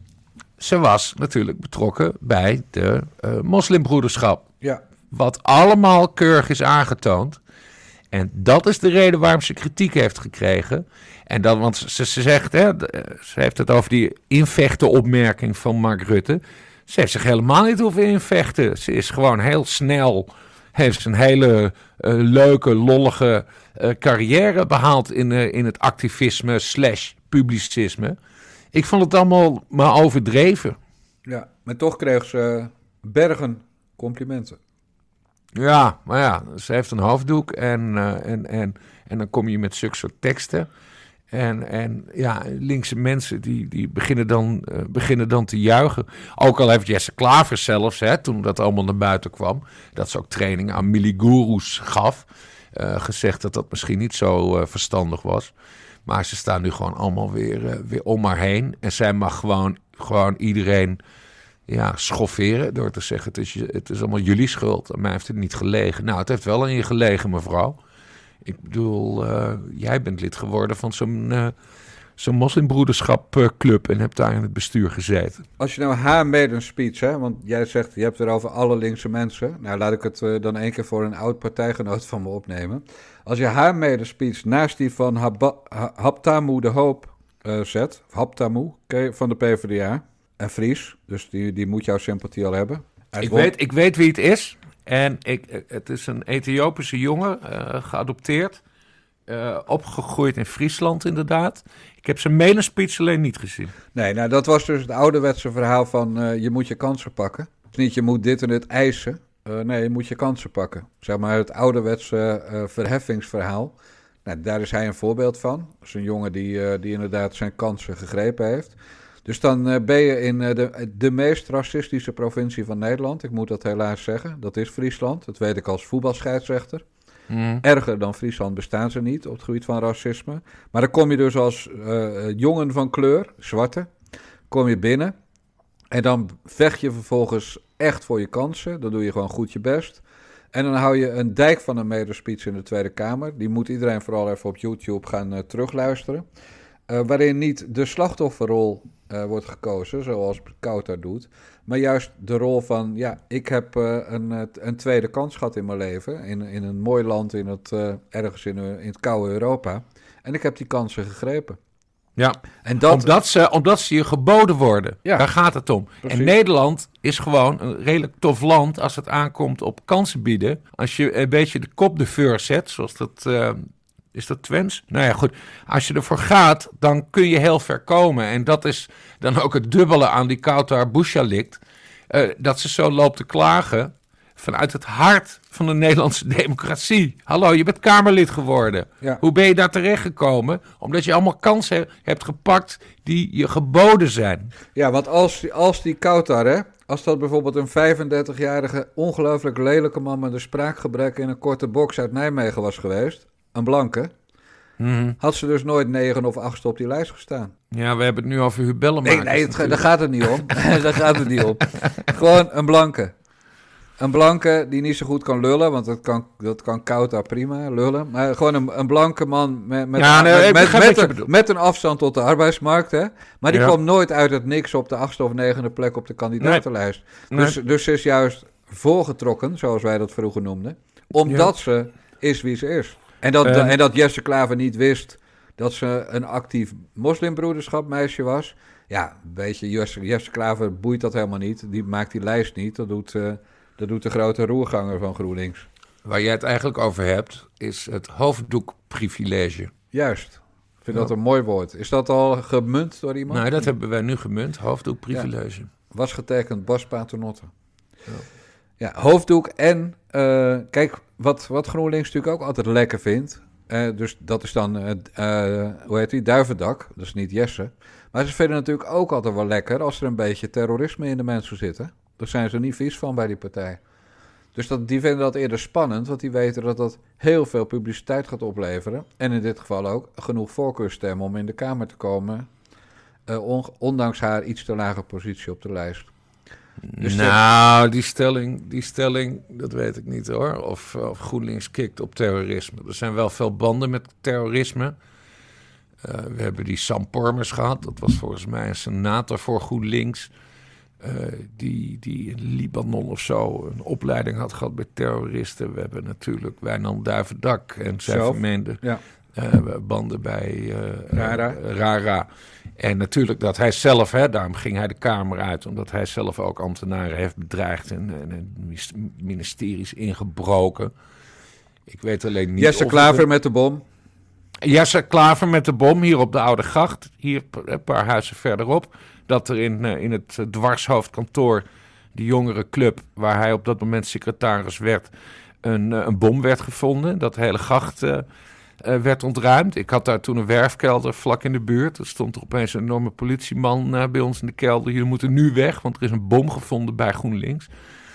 [SPEAKER 3] ze was natuurlijk betrokken bij de uh, moslimbroederschap.
[SPEAKER 1] Ja.
[SPEAKER 3] Wat allemaal keurig is aangetoond. En dat is de reden waarom ze kritiek heeft gekregen. En dan, want ze, ze zegt, hè, ze heeft het over die invechtenopmerking van Mark Rutte. Ze heeft zich helemaal niet hoeven invechten. Ze is gewoon heel snel, heeft ze een hele uh, leuke, lollige uh, carrière behaald in, uh, in het activisme slash publicisme. Ik vond het allemaal maar overdreven.
[SPEAKER 1] Ja, maar toch kreeg ze bergen complimenten.
[SPEAKER 3] Ja, maar ja, ze heeft een hoofddoek en, uh, en, en, en dan kom je met zulke soort teksten. En, en ja, linkse mensen die, die beginnen, dan, uh, beginnen dan te juichen. Ook al heeft Jesse Klaver zelfs, hè, toen dat allemaal naar buiten kwam, dat ze ook training aan miligurus gaf, uh, gezegd dat dat misschien niet zo uh, verstandig was. Maar ze staan nu gewoon allemaal weer, uh, weer om haar heen. En zij mag gewoon, gewoon iedereen ja, schofferen door te zeggen, het is, het is allemaal jullie schuld. Aan mij heeft het niet gelegen. Nou, het heeft wel aan je gelegen, mevrouw. Ik bedoel, uh, jij bent lid geworden van zo'n, uh, zo'n moslimbroederschapclub en hebt daar in het bestuur gezeten.
[SPEAKER 1] Als je nou haar made een speech, hè, want jij zegt, je hebt het over alle linkse mensen. Nou, laat ik het uh, dan één keer voor een oud partijgenoot van me opnemen. Als je haar made een speech naast die van Haba, ha, Habtamu de Hoop uh, zet, Habtamu van de PvdA en Fries, dus die, die moet jouw sympathie al hebben.
[SPEAKER 3] Ik weet, ik weet wie het is. En ik, het is een Ethiopische jongen, uh, geadopteerd, uh, opgegroeid in Friesland inderdaad. Ik heb zijn mail speech alleen niet gezien.
[SPEAKER 1] Nee, nou dat was dus het ouderwetse verhaal van uh, je moet je kansen pakken. Dus niet je moet dit en dit eisen, uh, nee je moet je kansen pakken. Zeg maar het ouderwetse uh, verheffingsverhaal. Nou, daar is hij een voorbeeld van. Dat is een jongen die, uh, die inderdaad zijn kansen gegrepen heeft. Dus dan uh, ben je in uh, de, de meest racistische provincie van Nederland. Ik moet dat helaas zeggen. Dat is Friesland. Dat weet ik als voetbalscheidsrechter. Mm. Erger dan Friesland bestaan ze niet op het gebied van racisme. Maar dan kom je dus als uh, jongen van kleur, zwarte, kom je binnen. En dan vecht je vervolgens echt voor je kansen. Dan doe je gewoon goed je best. En dan hou je een dijk van een medespeech in de Tweede Kamer. Die moet iedereen vooral even op YouTube gaan uh, terugluisteren. Uh, waarin niet de slachtofferrol uh, wordt gekozen, zoals Kautar doet. Maar juist de rol van, ja, ik heb uh, een, een tweede kans gehad in mijn leven. In, in een mooi land, in het, uh, ergens in, in het koude Europa. En ik heb die kansen gegrepen.
[SPEAKER 3] Ja, en dat, omdat, ze, omdat ze je geboden worden. Ja, daar gaat het om. Precies. En Nederland is gewoon een redelijk tof land als het aankomt op kansen bieden. Als je een beetje de kop de veur zet, zoals dat... Uh, Is dat Twents? Nou ja, goed. Als je ervoor gaat, dan kun je heel ver komen. En dat is dan ook het dubbele aan die Kautar Bouchalikt. Uh, dat ze zo loopt te klagen vanuit het hart van de Nederlandse democratie. Hallo, je bent Kamerlid geworden. Ja. Hoe ben je daar terechtgekomen? Omdat je allemaal kansen hebt gepakt die je geboden zijn.
[SPEAKER 1] Ja, want als, als die Kautar, hè, als dat bijvoorbeeld een vijfendertigjarige ongelooflijk lelijke man met een spraakgebrek in een korte box uit Nijmegen was geweest, een blanke, mm-hmm. had ze dus nooit negen of achtste op die lijst gestaan.
[SPEAKER 3] Ja, we hebben het nu over Hubellenmakers.
[SPEAKER 1] Nee, nee het, daar gaat het niet om. daar gaat het niet om. Gewoon een blanke. Een blanke die niet zo goed kan lullen, want dat kan, dat kan Kautar prima lullen. Maar gewoon een, een blanke man met, met, ja, nee, met, met, met, een, met een afstand tot de arbeidsmarkt. Hè? Maar die ja. komt nooit uit het niks op de achtste of negende plek op de kandidatenlijst. Nee. Dus, nee. dus ze is juist voorgetrokken, zoals wij dat vroeger noemden, omdat ja. ze is wie ze is. En dat, uh, en dat Jesse Klaver niet wist dat ze een actief moslimbroederschap meisje was. Ja, weet je, Jesse, Jesse Klaver boeit dat helemaal niet. Die maakt die lijst niet. Dat doet, uh, dat doet de grote roerganger van GroenLinks.
[SPEAKER 3] Waar jij het eigenlijk over hebt, is het hoofddoekprivilege.
[SPEAKER 1] Juist. Ik vind ja. dat een mooi woord. Is dat al gemunt door iemand?
[SPEAKER 3] Nou, dat hebben wij nu gemunt. Hoofddoekprivilege. Ja.
[SPEAKER 1] Was getekend Bas Paternotte. Ja. Ja, hoofddoek en, uh, kijk, wat, wat GroenLinks natuurlijk ook altijd lekker vindt. Uh, dus dat is dan, uh, uh, hoe heet die, duivendak. Dat is niet Jesse. Maar ze vinden natuurlijk ook altijd wel lekker als er een beetje terrorisme in de mensen zit. Hè? Daar zijn ze niet vies van bij die partij. Dus dat, die vinden dat eerder spannend, want die weten dat dat heel veel publiciteit gaat opleveren. En in dit geval ook genoeg voorkeurstemmen om in de Kamer te komen Uh, on, ondanks haar iets te lage positie op de lijst.
[SPEAKER 3] Dus nou, die stelling, die stelling, dat weet ik niet hoor. Of, of GroenLinks kikt op terrorisme. Er zijn wel veel banden met terrorisme. Uh, we hebben die Sam Pormers gehad. Dat was volgens mij een senator voor GroenLinks. Uh, die, die in Libanon of zo een opleiding had gehad bij terroristen. We hebben natuurlijk Wijnand Duivendak en zijn vermeende ja. uh, banden bij uh, Rara. Uh, Rara. En natuurlijk dat hij zelf, hè, daarom ging hij de Kamer uit, omdat hij zelf ook ambtenaren heeft bedreigd en, en, en ministeries ingebroken. Ik weet alleen niet.
[SPEAKER 1] Jesse Klaver het... met de bom.
[SPEAKER 3] Jesse Klaver met de bom hier op de Oude Gracht, hier een paar huizen verderop. Dat er in, in het dwarshoofdkantoor, die jongerenclub, waar hij op dat moment secretaris werd, een, een bom werd gevonden. Dat de hele gracht uh, uh, werd ontruimd. Ik had daar toen een werfkelder vlak in de buurt. Er stond er opeens een enorme politieman uh, bij ons in de kelder. Jullie moeten nu weg, want er is een bom gevonden bij GroenLinks.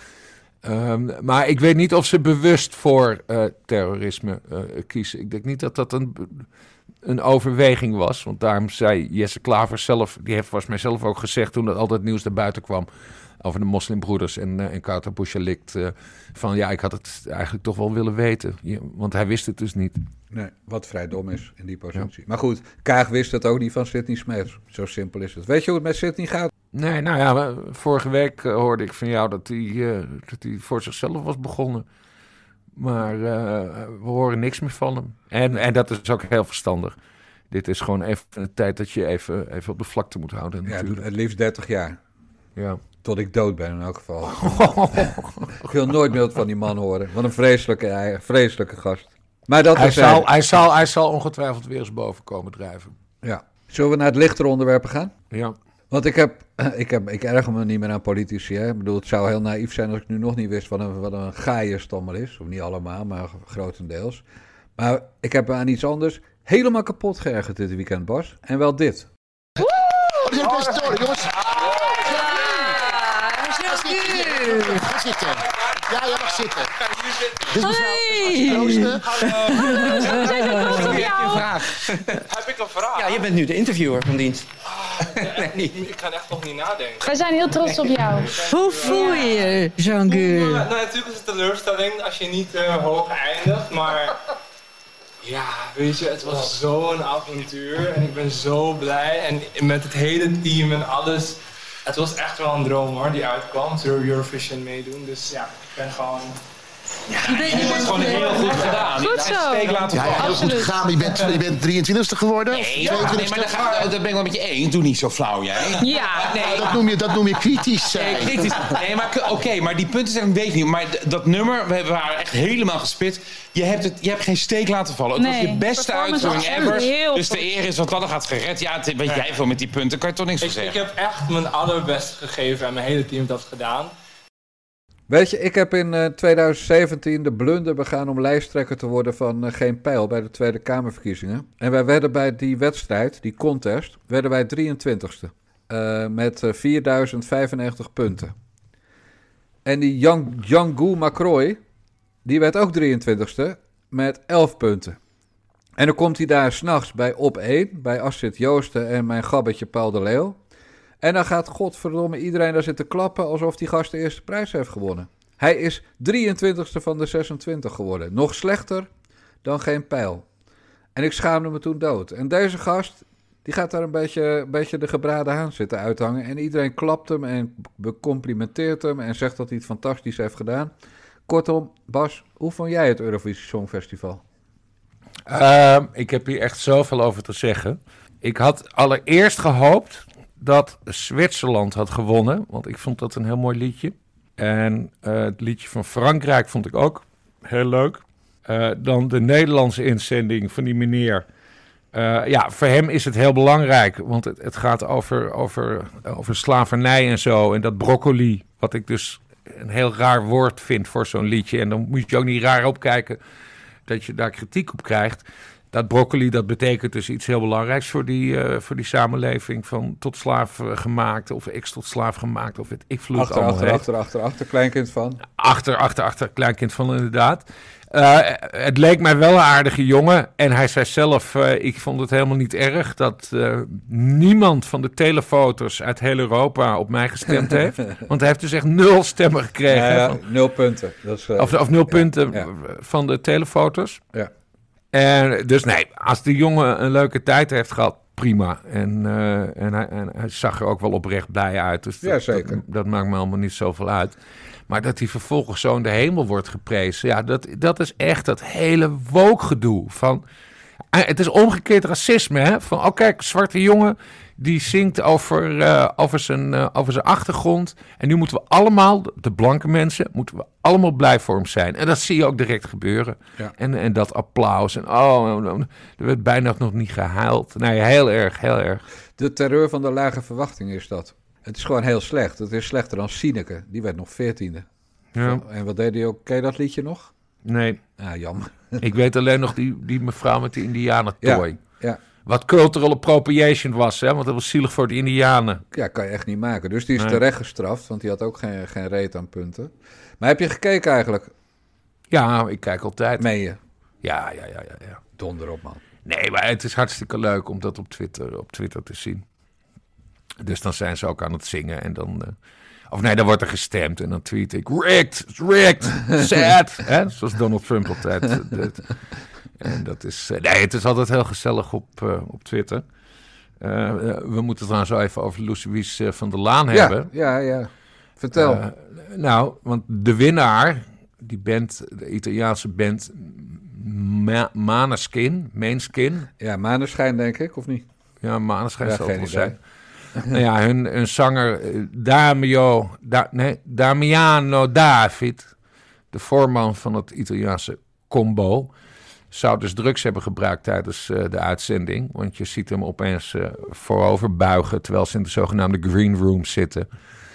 [SPEAKER 3] Um, maar ik weet niet of ze bewust voor uh, terrorisme uh, kiezen. Ik denk niet dat dat een... een overweging was. Want daarom zei Jesse Klaver zelf, die heeft volgens mij zelf ook gezegd toen dat al dat nieuws naar buiten kwam over de moslimbroeders en, uh, en Kouta Bouchalikt, uh, van ja, ik had het eigenlijk toch wel willen weten. Ja, want hij wist het dus niet.
[SPEAKER 1] Nee, wat vrij dom is in die positie. Ja. Maar goed, Kaag wist het ook niet van Sidney Smeets. Zo simpel is het. Weet je hoe het met Sidney gaat?
[SPEAKER 3] Nee, nou ja, vorige week uh, hoorde ik van jou dat hij uh, dat hij voor zichzelf was begonnen. Maar uh, we horen niks meer van hem. En, en dat is ook heel verstandig. Dit is gewoon even een tijd dat je even, even op de vlakte moet houden.
[SPEAKER 1] Ja, het liefst dertig jaar.
[SPEAKER 3] Ja.
[SPEAKER 1] Tot ik dood ben in elk geval. Ik wil nooit meer van die man horen. Wat een vreselijke, vreselijke gast. Maar dat
[SPEAKER 3] hij,
[SPEAKER 1] is
[SPEAKER 3] zal, hij, zal, hij zal ongetwijfeld weer eens boven komen drijven.
[SPEAKER 1] Ja. Zullen we naar het lichtere onderwerpen gaan?
[SPEAKER 3] Ja.
[SPEAKER 1] Want ik heb, ik heb, ik erger me niet meer aan politici. Hè? Ik bedoel, het zou heel naïef zijn als ik nu nog niet wist wat een, wat een gaaienstommel is. Of niet allemaal, maar grotendeels. Maar ik heb me aan iets anders helemaal kapot geërgerd dit weekend, Bas. En wel dit.
[SPEAKER 7] Woe! Wat is het beste door, jongens? Ga zitten. Ja, jij mag zitten. Dit is
[SPEAKER 8] Hallo. Hallo. We zijn zo trots op jou.
[SPEAKER 9] Vraag. Heb ik een vraag?
[SPEAKER 10] Ja, je bent nu de interviewer van dienst.
[SPEAKER 9] Nee. Ik ga echt nog niet nadenken.
[SPEAKER 8] Wij zijn heel trots op jou.
[SPEAKER 11] Hoe voel je je, Jean-Guur?
[SPEAKER 9] Nou, nou, natuurlijk is het een teleurstelling als je niet uh, hoog eindigt, maar ja, weet je, het was zo'n avontuur en ik ben zo blij en met het hele team en alles. Het was echt wel een droom hoor, die uitkwam, door Eurovision meedoen, dus ja, ik ben gewoon...
[SPEAKER 10] Ja, je bent, je bent gewoon heel goed gedaan.
[SPEAKER 8] Goed zo.
[SPEAKER 7] Steek laten ja, ja, heel goed gegaan, maar je bent, je bent drieëntwintigste geworden?
[SPEAKER 10] Nee, ja, nee maar dat ben ik wel met je eens. Doe niet zo flauw, jij.
[SPEAKER 8] Ja.
[SPEAKER 7] Nee. Dat, noem je, dat noem je kritisch zijn.
[SPEAKER 10] Nee, kritisch. Nee, maar oké, okay, maar die punten zijn een beetje niet. Maar d- dat nummer, we waren echt helemaal gespit. Je hebt, het, je hebt geen steek laten vallen. Het nee, was je beste uitvoering ever. Dus de eer is wat dat gaat gered. Ja, het, weet jij veel met die punten, kan je toch niks van zeggen.
[SPEAKER 9] Ik heb echt mijn allerbeste gegeven en mijn hele team heeft dat gedaan.
[SPEAKER 1] Weet je, ik heb in uh, twintig zeventien de blunder begaan om lijsttrekker te worden van uh, Geen Pijl bij de Tweede Kamerverkiezingen. En wij werden bij die wedstrijd, die contest, werden wij drieëntwintigste. Uh, met uh, vierduizend vijfennegentig punten. En die Jan, Django Macroy, die werd ook drieëntwintigste met elf punten. En dan komt hij daar s'nachts bij op één, bij Astrid Joosten en mijn gabbetje Paul de Leeuw. En dan gaat godverdomme iedereen daar zitten klappen alsof die gast de eerste prijs heeft gewonnen. Hij is drieëntwintigste van de zesentwintig geworden. Nog slechter dan Geen Pijl. En ik schaamde me toen dood. En deze gast, die gaat daar een beetje, een beetje de gebraden haan zitten uithangen. En iedereen klapt hem en becomplimenteert hem en zegt dat hij het fantastisch heeft gedaan. Kortom, Bas, hoe vond jij het Eurovisie Songfestival?
[SPEAKER 3] Uh, ik heb hier echt zoveel over te zeggen. Ik had allereerst gehoopt dat Zwitserland had gewonnen, want ik vond dat een heel mooi liedje. En uh, het liedje van Frankrijk vond ik ook heel leuk. Uh, dan de Nederlandse inzending van die meneer. Uh, ja, voor hem is het heel belangrijk, want het, het gaat over, over, over slavernij en zo. En dat broccoli, wat ik dus een heel raar woord vind voor zo'n liedje. En dan moet je ook niet raar opkijken dat je daar kritiek op krijgt. Dat broccoli, dat betekent dus iets heel belangrijks voor die, uh, voor die samenleving. Van tot slaaf uh, gemaakt of ex tot slaaf gemaakt of weet ik vloed
[SPEAKER 1] achter,
[SPEAKER 3] allemaal
[SPEAKER 1] achter,
[SPEAKER 3] heet.
[SPEAKER 1] achter, achter, achter, kleinkind van.
[SPEAKER 3] Achter, achter, achter, kleinkind van inderdaad. Uh, het leek mij wel een aardige jongen. En hij zei zelf, uh, ik vond het helemaal niet erg dat uh, niemand van de telefoto's uit heel Europa op mij gestemd heeft. Want hij heeft dus echt nul stemmen gekregen.
[SPEAKER 1] Ja, ja,
[SPEAKER 3] van,
[SPEAKER 1] nul punten. Dat is, uh,
[SPEAKER 3] of, of nul ja, punten
[SPEAKER 1] ja.
[SPEAKER 3] van de telefoto's.
[SPEAKER 1] Ja.
[SPEAKER 3] En dus nee, als die jongen een leuke tijd heeft gehad, prima. En, uh, en, hij, en hij zag er ook wel oprecht blij uit. Dus dat,
[SPEAKER 1] ja, zeker.
[SPEAKER 3] Dat, dat maakt me allemaal niet zoveel uit. Maar dat hij vervolgens zo in de hemel wordt geprezen, ja, dat, dat is echt dat hele woke-gedoe. Van, het is omgekeerd racisme, hè? Van, oh kijk, zwarte jongen, die zingt over, uh, over, zijn, uh, over zijn achtergrond. En nu moeten we allemaal, de blanke mensen, moeten we allemaal blij voor hem zijn. En dat zie je ook direct gebeuren. Ja. En, en dat applaus. En oh, er werd bijna nog niet gehuild. Nee, heel erg, heel erg.
[SPEAKER 1] De terreur van de lage verwachting is dat. Het is gewoon heel slecht. Het is slechter dan Sineke. Die werd nog veertiende.
[SPEAKER 3] Ja.
[SPEAKER 1] En wat deed hij ook? Ken je dat liedje nog?
[SPEAKER 3] Nee.
[SPEAKER 1] Ah, jammer.
[SPEAKER 3] Ik weet alleen nog die, die mevrouw met die indianentooi.
[SPEAKER 1] Ja, ja.
[SPEAKER 3] Wat cultural appropriation was, hè? Want dat was zielig voor de indianen.
[SPEAKER 1] Ja, kan je echt niet maken. Dus die is
[SPEAKER 3] nee.
[SPEAKER 1] terecht gestraft, want die had ook geen, geen reet aan punten. Maar heb je gekeken eigenlijk?
[SPEAKER 3] Ja, ik kijk altijd.
[SPEAKER 1] Meen je?
[SPEAKER 3] Ja, ja, ja, ja, ja.
[SPEAKER 1] Donder op, man.
[SPEAKER 3] Nee, maar het is hartstikke leuk om dat op Twitter, op Twitter te zien. Dus dan zijn ze ook aan het zingen en dan... Uh, of nee, dan wordt er gestemd en dan tweet ik... Rigged, rigged, sad. Hè? Zoals Donald Trump altijd doet. En dat is... Uh, nee, het is altijd heel gezellig op, uh, op Twitter. Uh, uh, we moeten het trouwens zo even over Louise uh, van der Laan
[SPEAKER 1] ja,
[SPEAKER 3] hebben.
[SPEAKER 1] Ja, ja. Vertel. Uh,
[SPEAKER 3] nou, want de winnaar, die band, de Italiaanse band... Ma- Maneskin, Maneskin.
[SPEAKER 1] Ja, Maneschijn denk ik, of niet?
[SPEAKER 3] Ja, Maneschijn ja, zal het wel zijn. Nou ja, hun, hun zanger Damio, da, nee, Damiano David, de voorman van het Italiaanse Combo, zou dus drugs hebben gebruikt tijdens uh, de uitzending. Want je ziet hem opeens uh, voorover buigen terwijl ze in de zogenaamde green room zitten.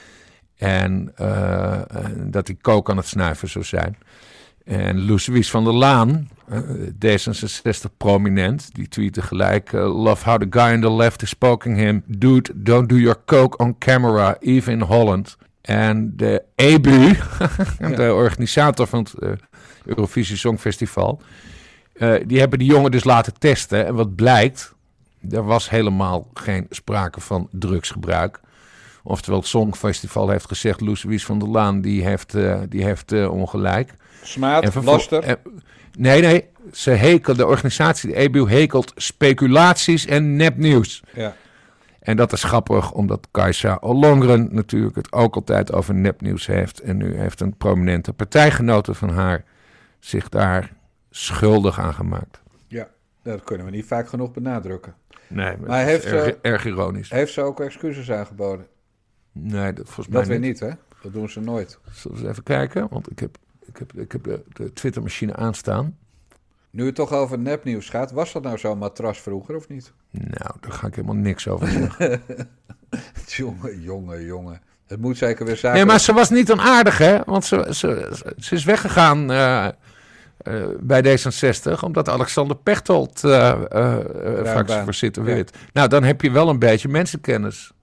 [SPEAKER 3] En uh, dat hij coke aan het snuiven zou zijn. En Louise van der Laan, uh, D zesenzestig-prominent, die tweette gelijk... Uh, love how the guy on the left is poking him. Dude, don't do your coke on camera, even in Holland. En de E B U, de organisator van het uh, Eurovisie Songfestival... Uh, die hebben die jongen dus laten testen. En wat blijkt, er was helemaal geen sprake van drugsgebruik. Oftewel, het Songfestival heeft gezegd... Louise van der Laan, die heeft, uh, die heeft uh, ongelijk...
[SPEAKER 1] Smaad,
[SPEAKER 3] en vervol-
[SPEAKER 1] laster?
[SPEAKER 3] En, nee, nee. Ze hekelt, de organisatie, de E B U, hekelt speculaties en nepnieuws.
[SPEAKER 1] Ja.
[SPEAKER 3] En dat is grappig, omdat Kajsa Ollongren natuurlijk het ook altijd over nepnieuws heeft. En nu heeft een prominente partijgenote van haar zich daar schuldig aan gemaakt.
[SPEAKER 1] Ja, dat kunnen we niet vaak genoeg benadrukken.
[SPEAKER 3] Nee, maar,
[SPEAKER 1] maar heeft
[SPEAKER 3] erg,
[SPEAKER 1] ze,
[SPEAKER 3] erg ironisch.
[SPEAKER 1] Heeft ze ook excuses aangeboden?
[SPEAKER 3] Nee, dat volgens mij
[SPEAKER 1] dat weer
[SPEAKER 3] niet.
[SPEAKER 1] niet, hè? Dat doen ze nooit.
[SPEAKER 3] Zullen we eens even kijken? Want ik heb... Ik heb, ik heb de, de Twittermachine aanstaan.
[SPEAKER 1] Nu het toch over nepnieuws gaat, was dat nou zo'n matras vroeger of niet?
[SPEAKER 3] Nou, daar ga ik helemaal niks over zeggen.
[SPEAKER 1] jongen, jongen, jongen. Het moet zeker weer zaken...
[SPEAKER 3] Nee, maar ze was niet onaardig, hè? Want ze, ze, ze is weggegaan uh, uh, bij D zesenzestig... omdat Alexander Pechtold uh, uh, uh, fractievoorzitter ja. werd. Nou, dan heb je wel een beetje mensenkennis.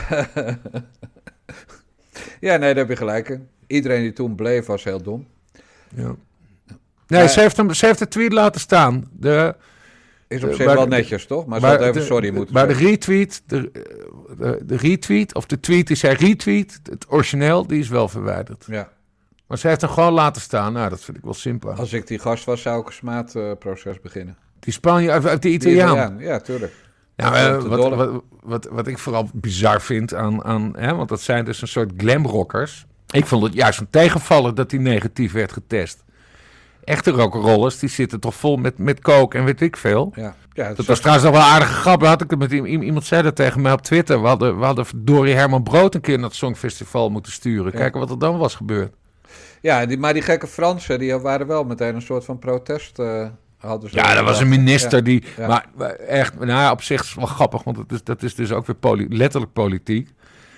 [SPEAKER 1] Ja, nee, daar heb je gelijk in. Iedereen die toen bleef was heel dom.
[SPEAKER 3] Ja. Nee, uh, ze, heeft hem, ze heeft de tweet laten staan. De,
[SPEAKER 1] is op zich wel de, netjes, toch? Maar ze had even de, sorry moeten
[SPEAKER 3] Maar
[SPEAKER 1] zeggen.
[SPEAKER 3] de retweet, de, de, de retweet, of de tweet die zij retweet, het origineel, die is wel verwijderd.
[SPEAKER 1] Ja.
[SPEAKER 3] Maar ze heeft hem gewoon laten staan. Nou, dat vind ik wel simpel.
[SPEAKER 1] Als ik die gast was, zou ik een smaadproces uh, beginnen.
[SPEAKER 3] Die Spanje, die Italiaan.
[SPEAKER 1] Die Italiaan. Ja, tuurlijk.
[SPEAKER 3] Nou, uh, wat, wat, wat, wat ik vooral bizar vind aan... aan hè, want dat zijn dus een soort glamrockers. Ik vond het juist een tegenvaller dat hij negatief werd getest. Echte rock'n'rollers, die zitten toch vol met, met coke en weet ik veel.
[SPEAKER 1] Ja. Ja,
[SPEAKER 3] dat was trouwens nog wel een aardige grap. Had ik het met iemand zei dat tegen mij op Twitter. We hadden, we hadden Dorie Herman Brood een keer naar het Songfestival moeten sturen. Ja. Kijken wat er dan was gebeurd.
[SPEAKER 1] Ja, die, maar die gekke Fransen, die waren wel meteen een soort van protest... Uh... Hadden ze
[SPEAKER 3] ja, dat was een minister
[SPEAKER 1] ja,
[SPEAKER 3] die...
[SPEAKER 1] ja.
[SPEAKER 3] Maar echt, nou ja, op zich is het wel grappig, want het is, dat is dus ook weer poli- letterlijk politiek.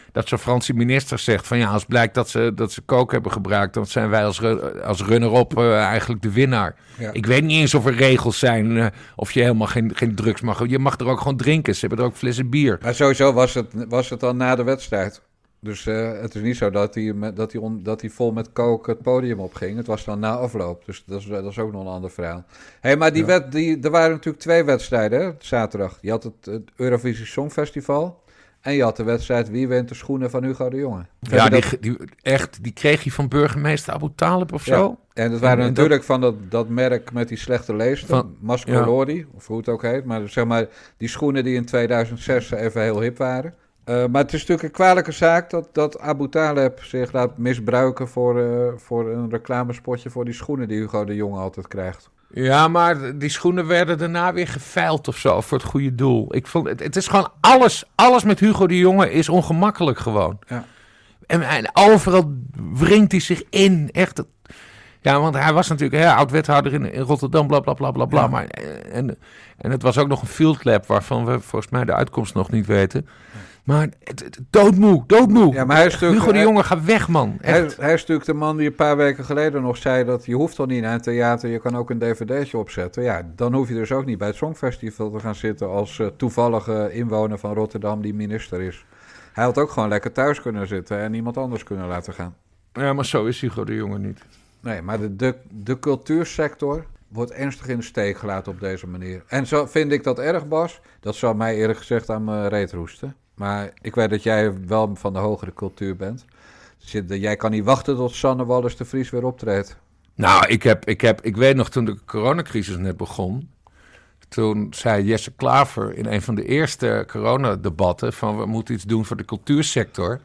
[SPEAKER 3] dat zo'n Franse minister zegt van ja, als blijkt dat ze, dat ze coke hebben gebruikt, dan zijn wij als, als runner-up uh, eigenlijk de winnaar. Ja. Ik weet niet eens of er regels zijn uh, of je helemaal geen, geen drugs mag. Je mag er ook gewoon drinken. Ze hebben er ook flessen bier.
[SPEAKER 1] Maar sowieso was het, was het dan na de wedstrijd. Dus uh, het is niet zo dat hij, dat, hij on, dat hij vol met coke het podium opging. Het was dan na afloop. Dus dat is, dat is ook nog een ander verhaal. Hey, maar die ja. wed, die, er waren natuurlijk twee wedstrijden, hè, zaterdag. Je had het, het Eurovisie Songfestival. En je had de wedstrijd Wie wint de schoenen van Hugo de Jonge.
[SPEAKER 3] Ja, die, die, echt, die kreeg je van burgemeester Abu Talib of zo.
[SPEAKER 1] Ja. En dat waren en, natuurlijk dat... van dat, dat merk met die slechte leesten. Mascolori, ja. of hoe het ook heet. Maar zeg maar die schoenen die in tweeduizend zes even heel hip waren. Uh, maar het is natuurlijk een kwalijke zaak dat, dat Abu Talib zich laat misbruiken voor, uh, voor een reclamespotje voor die schoenen die Hugo de Jonge altijd krijgt.
[SPEAKER 3] Ja, maar die schoenen werden daarna weer geveild of zo voor het goede doel. Ik vond, het, het is gewoon alles, alles met Hugo de Jonge is ongemakkelijk gewoon. Ja. En, en overal wringt hij zich in, echt. Ja, want hij was natuurlijk hè, oud-wethouder in, in Rotterdam, bla bla bla bla bla. Ja. Maar, en, en het was ook nog een field lab waarvan we volgens mij de uitkomst nog niet weten. Maar het, het, doodmoe, doodmoe. Ja, maar hij is natuurlijk, Hugo de Jonge, ga weg, man.
[SPEAKER 1] Hij, hij is natuurlijk de man die een paar weken geleden nog zei dat je hoeft toch niet naar een theater, je kan ook een dvd'tje opzetten. Ja, dan hoef je dus ook niet bij het Songfestival te gaan zitten als uh, toevallige inwoner van Rotterdam die minister is. Hij had ook gewoon lekker thuis kunnen zitten en iemand anders kunnen laten gaan.
[SPEAKER 3] Ja, maar zo is Hugo de Jonge niet.
[SPEAKER 1] Nee, maar de, de, de cultuursector wordt ernstig in de steek gelaten op deze manier. En zo vind ik dat erg, Bas. Dat zou mij eerlijk gezegd aan mijn reet roesten. Maar ik weet dat jij wel van de hogere cultuur bent. Dus je, jij kan niet wachten tot Sanne Wallis de Vries weer optreedt.
[SPEAKER 3] Nou, ik, heb, ik, heb, ik weet nog toen de coronacrisis net begon. Toen zei Jesse Klaver in een van de eerste coronadebatten van we moeten iets doen voor de cultuursector.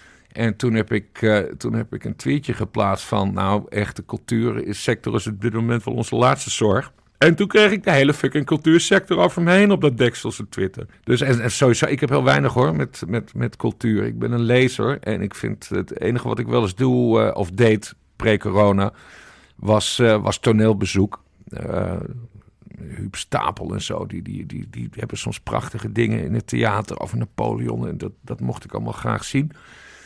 [SPEAKER 3] En toen heb ik, uh, toen heb ik een tweetje geplaatst van nou echt de cultuursector is op dit moment wel onze laatste zorg. En toen kreeg ik de hele fucking cultuursector over me heen op dat dekselse Twitter. Dus en, en sowieso, ik heb heel weinig hoor met, met, met cultuur. Ik ben een lezer en ik vind het enige wat ik wel eens doe uh, of deed pre-corona was, uh, was toneelbezoek. Uh, Huub Stapel en zo, die, die, die, die hebben soms prachtige dingen in het theater over Napoleon. En dat, dat mocht ik allemaal graag zien.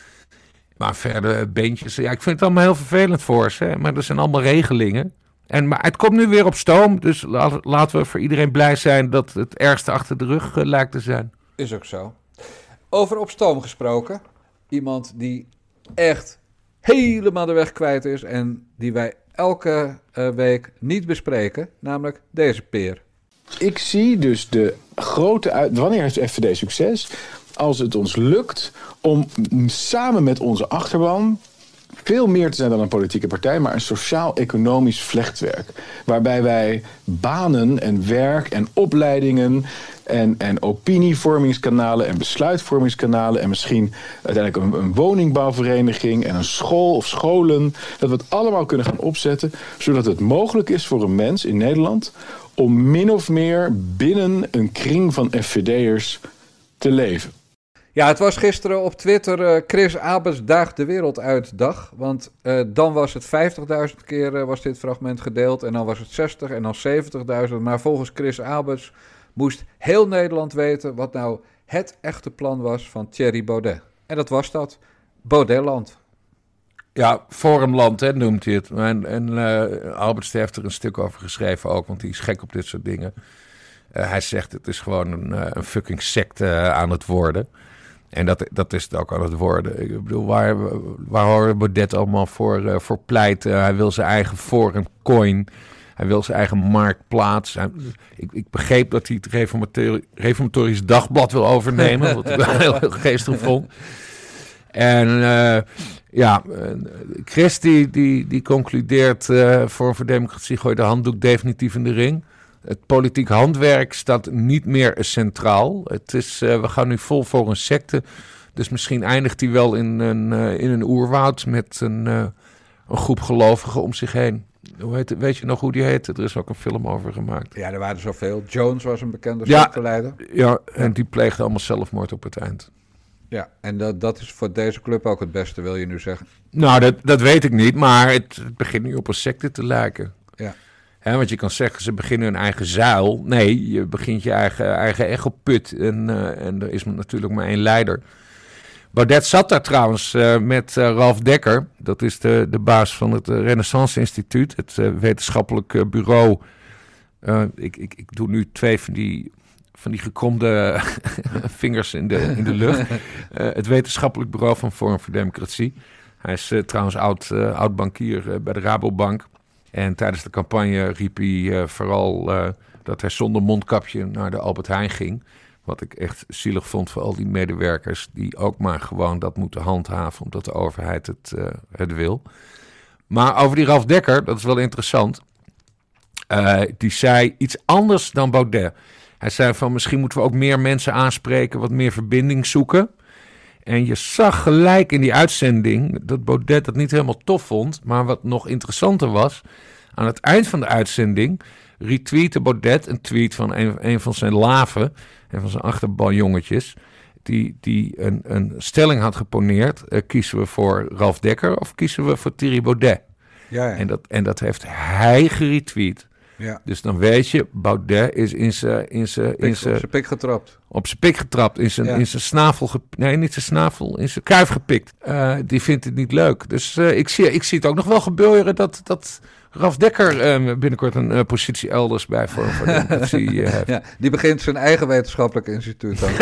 [SPEAKER 3] Maar verder beentjes, ja, ik vind het allemaal heel vervelend voor ze. Hè? Maar er zijn allemaal regelingen. En, maar het komt nu weer op stoom, dus laten we voor iedereen blij zijn dat het ergste achter de rug uh, lijkt te zijn.
[SPEAKER 1] Is ook zo. Over op stoom gesproken. Iemand die echt helemaal de weg kwijt is en die wij elke uh, week niet bespreken, namelijk deze peer.
[SPEAKER 12] Ik zie dus de grote uit... Wanneer heeft de F V D succes? Als het ons lukt om samen met onze achterban veel meer te zijn dan een politieke partij, maar een sociaal-economisch vlechtwerk. Waarbij wij banen en werk en opleidingen en, en opinievormingskanalen en besluitvormingskanalen en misschien uiteindelijk een, een woningbouwvereniging en een school of scholen, dat we het allemaal kunnen gaan opzetten, zodat het mogelijk is voor een mens in Nederland om min of meer binnen een kring van F V D'ers te leven.
[SPEAKER 1] Ja, het was gisteren op Twitter uh, Chris Abels daagt de wereld uit dag. Want uh, dan was het vijftigduizend keer uh, was dit fragment gedeeld. En dan was het zestig en dan zeventigduizend. Maar volgens Chris Abels moest heel Nederland weten wat nou het echte plan was van Thierry Baudet. En dat was dat. Baudetland.
[SPEAKER 3] Ja, Forumland hè, noemt hij het. En, en uh, Albert heeft er een stuk over geschreven ook, want hij is gek op dit soort dingen. Uh, hij zegt het is gewoon een, uh, een fucking secte uh, aan het worden. En dat, dat is het ook aan het worden. Ik bedoel, waar, waar horen Baudet allemaal voor, uh, voor pleit? Uh, hij wil zijn eigen forum coin. Hij wil zijn eigen marktplaats. Hij, ik, ik begreep dat hij het reformatori- Reformatorisch Dagblad wil overnemen. Wat ik wel heel, heel geestig vond. En uh, ja, Chris die, die, die concludeert uh, Forum voor Democratie gooit de handdoek definitief in de ring. Het politiek handwerk staat niet meer centraal. Het is, uh, we gaan nu vol voor een secte. Dus misschien eindigt hij wel in een, uh, in een oerwoud met een, uh, een groep gelovigen om zich heen. Hoe heet het, weet je nog hoe die heette? Er is ook een film over gemaakt.
[SPEAKER 1] Ja, er waren zoveel. Jones was een bekende secteleider.
[SPEAKER 3] Ja, ja, en die pleegde allemaal zelfmoord op het eind.
[SPEAKER 1] Ja, en dat, dat is voor deze club ook het beste, wil je nu zeggen?
[SPEAKER 3] Nou, dat, dat weet ik niet, maar het, het begint nu op een secte te lijken.
[SPEAKER 1] Ja.
[SPEAKER 3] He, want je kan zeggen, ze beginnen hun eigen zuil. Nee, je begint je eigen, eigen echoput. En, uh, en er is natuurlijk maar één leider. Baudet zat daar trouwens uh, met uh, Ralf Dekker. Dat is de, de baas van het uh, Renaissance Instituut. Het uh, wetenschappelijk uh, bureau. Uh, ik, ik, ik doe nu twee van die, van die gekromde vingers in de, in de lucht. Uh, het wetenschappelijk bureau van Forum voor Democratie. Hij is uh, trouwens oud, uh, oud bankier uh, bij de Rabobank. En tijdens de campagne riep hij uh, vooral uh, dat hij zonder mondkapje naar de Albert Heijn ging. Wat ik echt zielig vond voor al die medewerkers die ook maar gewoon dat moeten handhaven omdat de overheid het, uh, het wil. Maar over die Ralf Dekker, dat is wel interessant. Uh, die zei iets anders dan Baudet. Hij zei van misschien moeten we ook meer mensen aanspreken, wat meer verbinding zoeken. En je zag gelijk in die uitzending dat Baudet dat niet helemaal tof vond. Maar wat nog interessanter was, aan het eind van de uitzending retweette Baudet een tweet van een, een van zijn laven en van zijn achterbaljongetjes, die, die een, een stelling had geponeerd. Uh, kiezen we voor Ralf Dekker of kiezen we voor Thierry Baudet?
[SPEAKER 1] Ja, ja.
[SPEAKER 3] En, dat, en dat heeft hij geretweet.
[SPEAKER 1] Ja.
[SPEAKER 3] Dus dan weet je, Baudet is in zijn in zijn in zijn
[SPEAKER 1] op zijn pik getrapt.
[SPEAKER 3] Op zijn pik getrapt, in zijn, ja. in zijn snavel, ge, nee niet zijn snavel, in zijn kuif gepikt. Uh, die vindt het niet leuk. Dus uh, ik, zie, ik zie het ook nog wel gebeuren dat, dat Ralf Dekker uh, binnenkort een uh, positie elders bij Forum voor Democratie uh, heeft.
[SPEAKER 1] Ja, die begint zijn eigen wetenschappelijk instituut dan.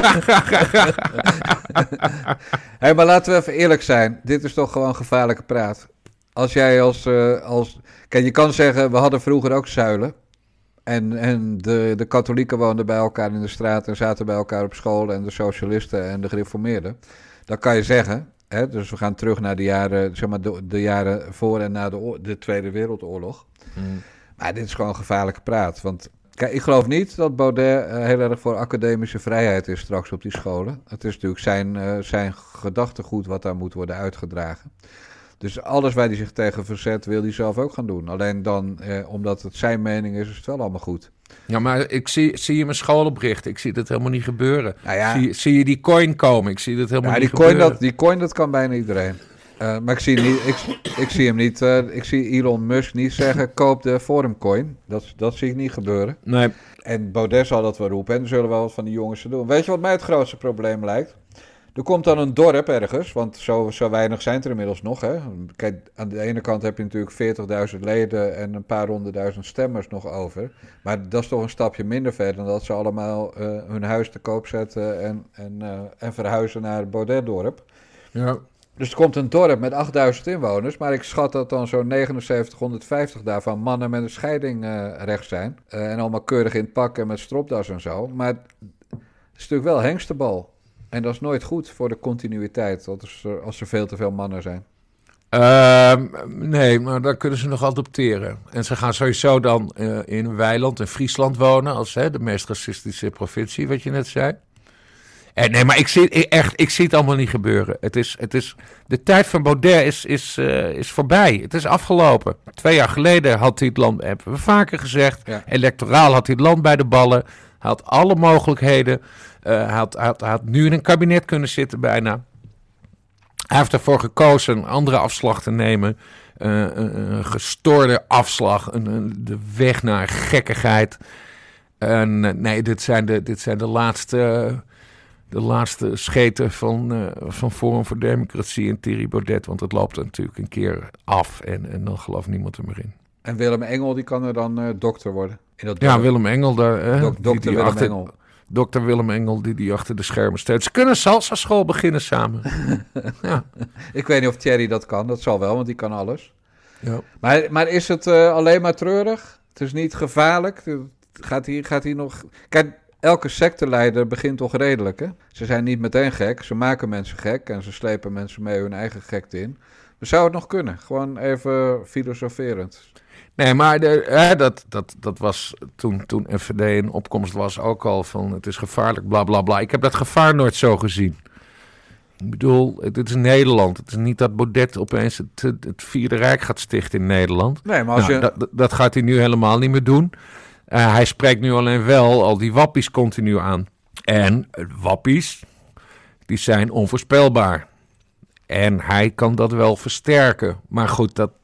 [SPEAKER 1] Hey, maar laten we even eerlijk zijn. Dit is toch gewoon gevaarlijke praat. Als jij als, uh, als... Kijk, je kan zeggen, we hadden vroeger ook zuilen. En, en de, de katholieken woonden bij elkaar in de straat en zaten bij elkaar op school. En de socialisten en de gereformeerden. Dat kan je zeggen. Hè? Dus we gaan terug naar de jaren, zeg maar, de, de jaren voor en na de, de Tweede Wereldoorlog. Mm. Maar dit is gewoon gevaarlijke praat. Want kijk, ik geloof niet dat Baudet uh, heel erg voor academische vrijheid is straks op die scholen. Het is natuurlijk zijn, uh, zijn gedachtegoed wat daar moet worden uitgedragen. Dus alles waar hij zich tegen verzet, wil hij zelf ook gaan doen. Alleen dan, eh, omdat het zijn mening is, is het wel allemaal goed.
[SPEAKER 3] Ja, maar ik zie, zie je mijn school oprichten. Ik zie dat helemaal niet gebeuren.
[SPEAKER 1] Nou ja,
[SPEAKER 3] zie, zie je die coin komen? Ik zie dat helemaal
[SPEAKER 1] ja,
[SPEAKER 3] niet
[SPEAKER 1] die coin
[SPEAKER 3] gebeuren.
[SPEAKER 1] Dat, die coin, dat kan bijna iedereen. Uh, maar ik zie, niet, ik, ik zie hem niet, uh, ik zie Elon Musk niet zeggen, koop de Forum coin. Dat, dat zie ik niet gebeuren.
[SPEAKER 3] Nee.
[SPEAKER 1] En Baudet zal dat wel roepen en er zullen wel wat van die jongens te doen. Weet je wat mij het grootste probleem lijkt? Er komt dan een dorp ergens, want zo, zo weinig zijn er inmiddels nog. Hè? Kijk, aan de ene kant heb je natuurlijk veertigduizend leden en een paar honderdduizend stemmers nog over. Maar dat is toch een stapje minder ver dan dat ze allemaal uh, hun huis te koop zetten en, en, uh, en verhuizen naar het Baudet-dorp.
[SPEAKER 3] Ja.
[SPEAKER 1] Dus er komt een dorp met achtduizend inwoners, maar ik schat dat dan zo'n negenenzeventighonderdvijftig daarvan mannen met een scheiding uh, recht zijn. Uh, en allemaal keurig in het pak en met stropdas en zo. Maar het is natuurlijk wel hengstebal. En dat is nooit goed voor de continuïteit, als er, als er veel te veel mannen zijn.
[SPEAKER 3] Uh, nee, maar dan kunnen ze nog adopteren. En ze gaan sowieso dan uh, in een weiland in Friesland wonen, als hè, de meest racistische provincie, wat je net zei. En nee, maar ik zie, ik, echt, ik zie het allemaal niet gebeuren. Het is, het is, de tijd van Baudet is, is, uh, is voorbij. Het is afgelopen. Twee jaar geleden had hij het land, hebben we vaker gezegd, ja. Electoraal had hij het land bij de ballen. Hij had alle mogelijkheden. Uh, hij, had, hij, had, hij had nu in een kabinet kunnen zitten bijna. Hij heeft ervoor gekozen een andere afslag te nemen. Uh, een, een gestoorde afslag. Een, een, de weg naar gekkigheid. En, uh, nee, dit zijn de, dit zijn de laatste, de laatste scheten van, uh, van Forum voor Democratie en Thierry Baudet. Want het loopt er natuurlijk een keer af. En, en dan gelooft niemand er meer in.
[SPEAKER 1] En Willem Engel, die kan er dan uh, dokter worden. In dat
[SPEAKER 3] ja, Willem Engel. Daar, uh,
[SPEAKER 1] Dok- dokter Willem
[SPEAKER 3] achter,
[SPEAKER 1] Engel.
[SPEAKER 3] Dokter Willem Engel, die, die achter de schermen steunt. Ze kunnen een salsa-school beginnen samen. Ja.
[SPEAKER 1] Ik weet niet of Thierry dat kan. Dat zal wel, want die kan alles.
[SPEAKER 3] Ja.
[SPEAKER 1] Maar, maar is het uh, alleen maar treurig? Het is niet gevaarlijk? Gaat hier, gaat hier nog... Kijk, elke secteleider begint toch redelijk, hè? Ze zijn niet meteen gek. Ze maken mensen gek en ze slepen mensen mee hun eigen gekte in. We zouden het nog kunnen. Gewoon even filosoferend.
[SPEAKER 3] Nee, maar de, hè, dat, dat, dat was toen, toen F V D in opkomst was ook al van het is gevaarlijk, bla bla bla. Ik heb dat gevaar nooit zo gezien. Ik bedoel, het is Nederland. Het is niet dat Baudet opeens het, het Vierde Rijk gaat stichten in Nederland.
[SPEAKER 1] Nee, maar als
[SPEAKER 3] nou,
[SPEAKER 1] je...
[SPEAKER 3] dat, dat gaat hij nu helemaal niet meer doen. Uh, hij spreekt nu alleen wel al die wappies continu aan. En wappies, die zijn onvoorspelbaar. En hij kan dat wel versterken. Maar goed, dat,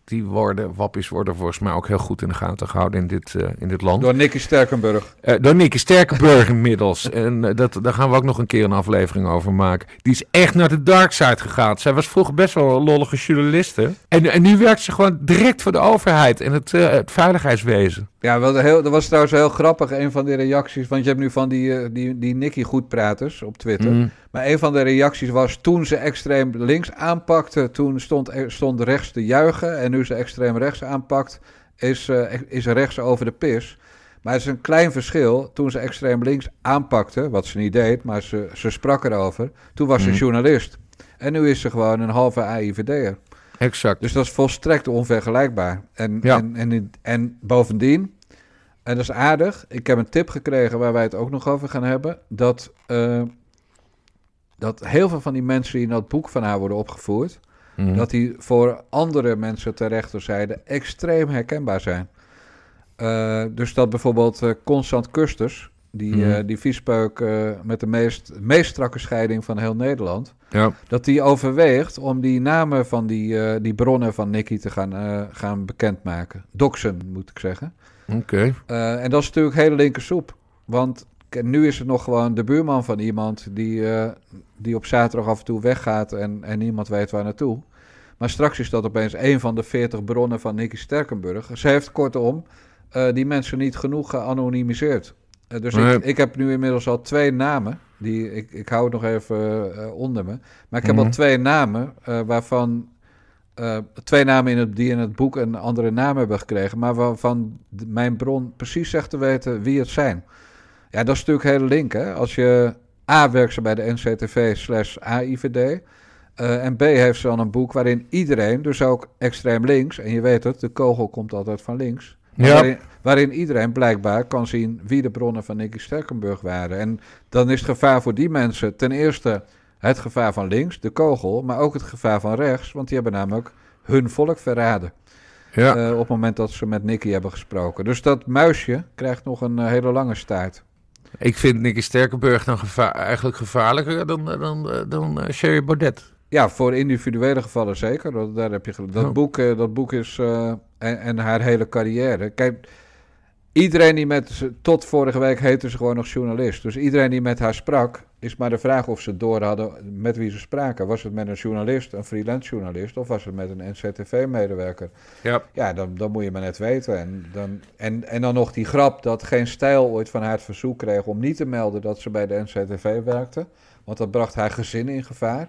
[SPEAKER 3] die worden, wappies worden volgens mij ook heel goed in de gaten gehouden in dit, uh, in dit land.
[SPEAKER 1] Door Nicky Sterkenburg.
[SPEAKER 3] Uh, door Nicky Sterkenburg inmiddels. En uh, dat, daar gaan we ook nog een keer een aflevering over maken. Die is echt naar de dark side gegaan. Zij was vroeger best wel een lollige journaliste. En, en nu werkt ze gewoon direct voor de overheid en het, uh, het veiligheidswezen.
[SPEAKER 1] Ja, wel heel, dat was trouwens heel grappig, een van die reacties. Want je hebt nu van die, uh, die, die Nicky Goedpraters op Twitter. Mm. Maar een van de reacties was toen ze extreem links aanpakte, toen stond, stond rechts te juichen. En nu ze extreem rechts aanpakt, is, uh, is rechts over de pis. Maar het is een klein verschil. Toen ze extreem links aanpakte, wat ze niet deed, maar ze, ze sprak erover. Toen was mm. ze journalist. En nu is ze gewoon een halve A I V D'er.
[SPEAKER 3] Exact.
[SPEAKER 1] Dus dat is volstrekt onvergelijkbaar. En, ja. en, en, en bovendien, en dat is aardig, ik heb een tip gekregen waar wij het ook nog over gaan hebben, dat, uh, dat heel veel van die mensen die in dat boek van haar worden opgevoerd, mm. dat die voor andere mensen ter rechterzijde extreem herkenbaar zijn. Uh, dus dat bijvoorbeeld uh, Constant Kusters, die, mm. uh, die viespeuk uh, met de meest, meest strakke scheiding van heel Nederland, ja. dat die overweegt om die namen van die, uh, die bronnen van Nicky te gaan, uh, gaan bekendmaken. Doxen, moet ik zeggen.
[SPEAKER 3] Oké. Okay.
[SPEAKER 1] Uh, en dat is natuurlijk hele linkersoep. Want nu is het nog gewoon de buurman van iemand die, uh, die op zaterdag af en toe weggaat en, en niemand weet waar naartoe. Maar straks is dat opeens een van de veertig bronnen van Nicky Sterkenburg. Ze heeft kortom uh, die mensen niet genoeg geanonimiseerd. Uh, dus nee. ik, ik heb nu inmiddels al twee namen. Die, ik, ik hou het nog even uh, onder me. Maar ik heb mm-hmm. al twee namen uh, waarvan... Uh, twee namen in het, die in het boek een andere naam hebben gekregen, maar waarvan de, mijn bron precies zegt te weten wie het zijn. Ja, dat is natuurlijk hele link, hè. Als je A werkt ze bij de N C T V slash A I V D uh, en B heeft ze dan een boek waarin iedereen, dus ook extreem links, en je weet het, de kogel komt altijd van links, ja. waarin, waarin iedereen blijkbaar kan zien wie de bronnen van Nicky Sterkenburg waren. En dan is het gevaar voor die mensen ten eerste het gevaar van links, de kogel, maar ook het gevaar van rechts, want die hebben namelijk hun volk verraden. Ja. Uh, op het moment dat ze met Nicky hebben gesproken. Dus dat muisje krijgt nog een uh, hele lange staart.
[SPEAKER 3] Ik vind Nicky Sterkenburg dan geva- eigenlijk gevaarlijker dan, dan, dan, dan uh, Thierry Baudet.
[SPEAKER 1] Ja, voor individuele gevallen zeker. Dat, daar heb je gel- dat, oh. boek, uh, dat boek is... Uh, en, en haar hele carrière. Kijk, iedereen die met... Tot vorige week heette ze gewoon nog journalist. Dus iedereen die met haar sprak, is maar de vraag of ze door hadden met wie ze spraken. Was het met een journalist, een freelance journalist, of was het met een N C T V-medewerker? Ja, ja dan, dan moet je maar net weten. En dan, en, en dan nog die grap dat Geen Stijl ooit van haar het verzoek kreeg om niet te melden dat ze bij de N C T V werkte. Want dat bracht haar gezin in gevaar.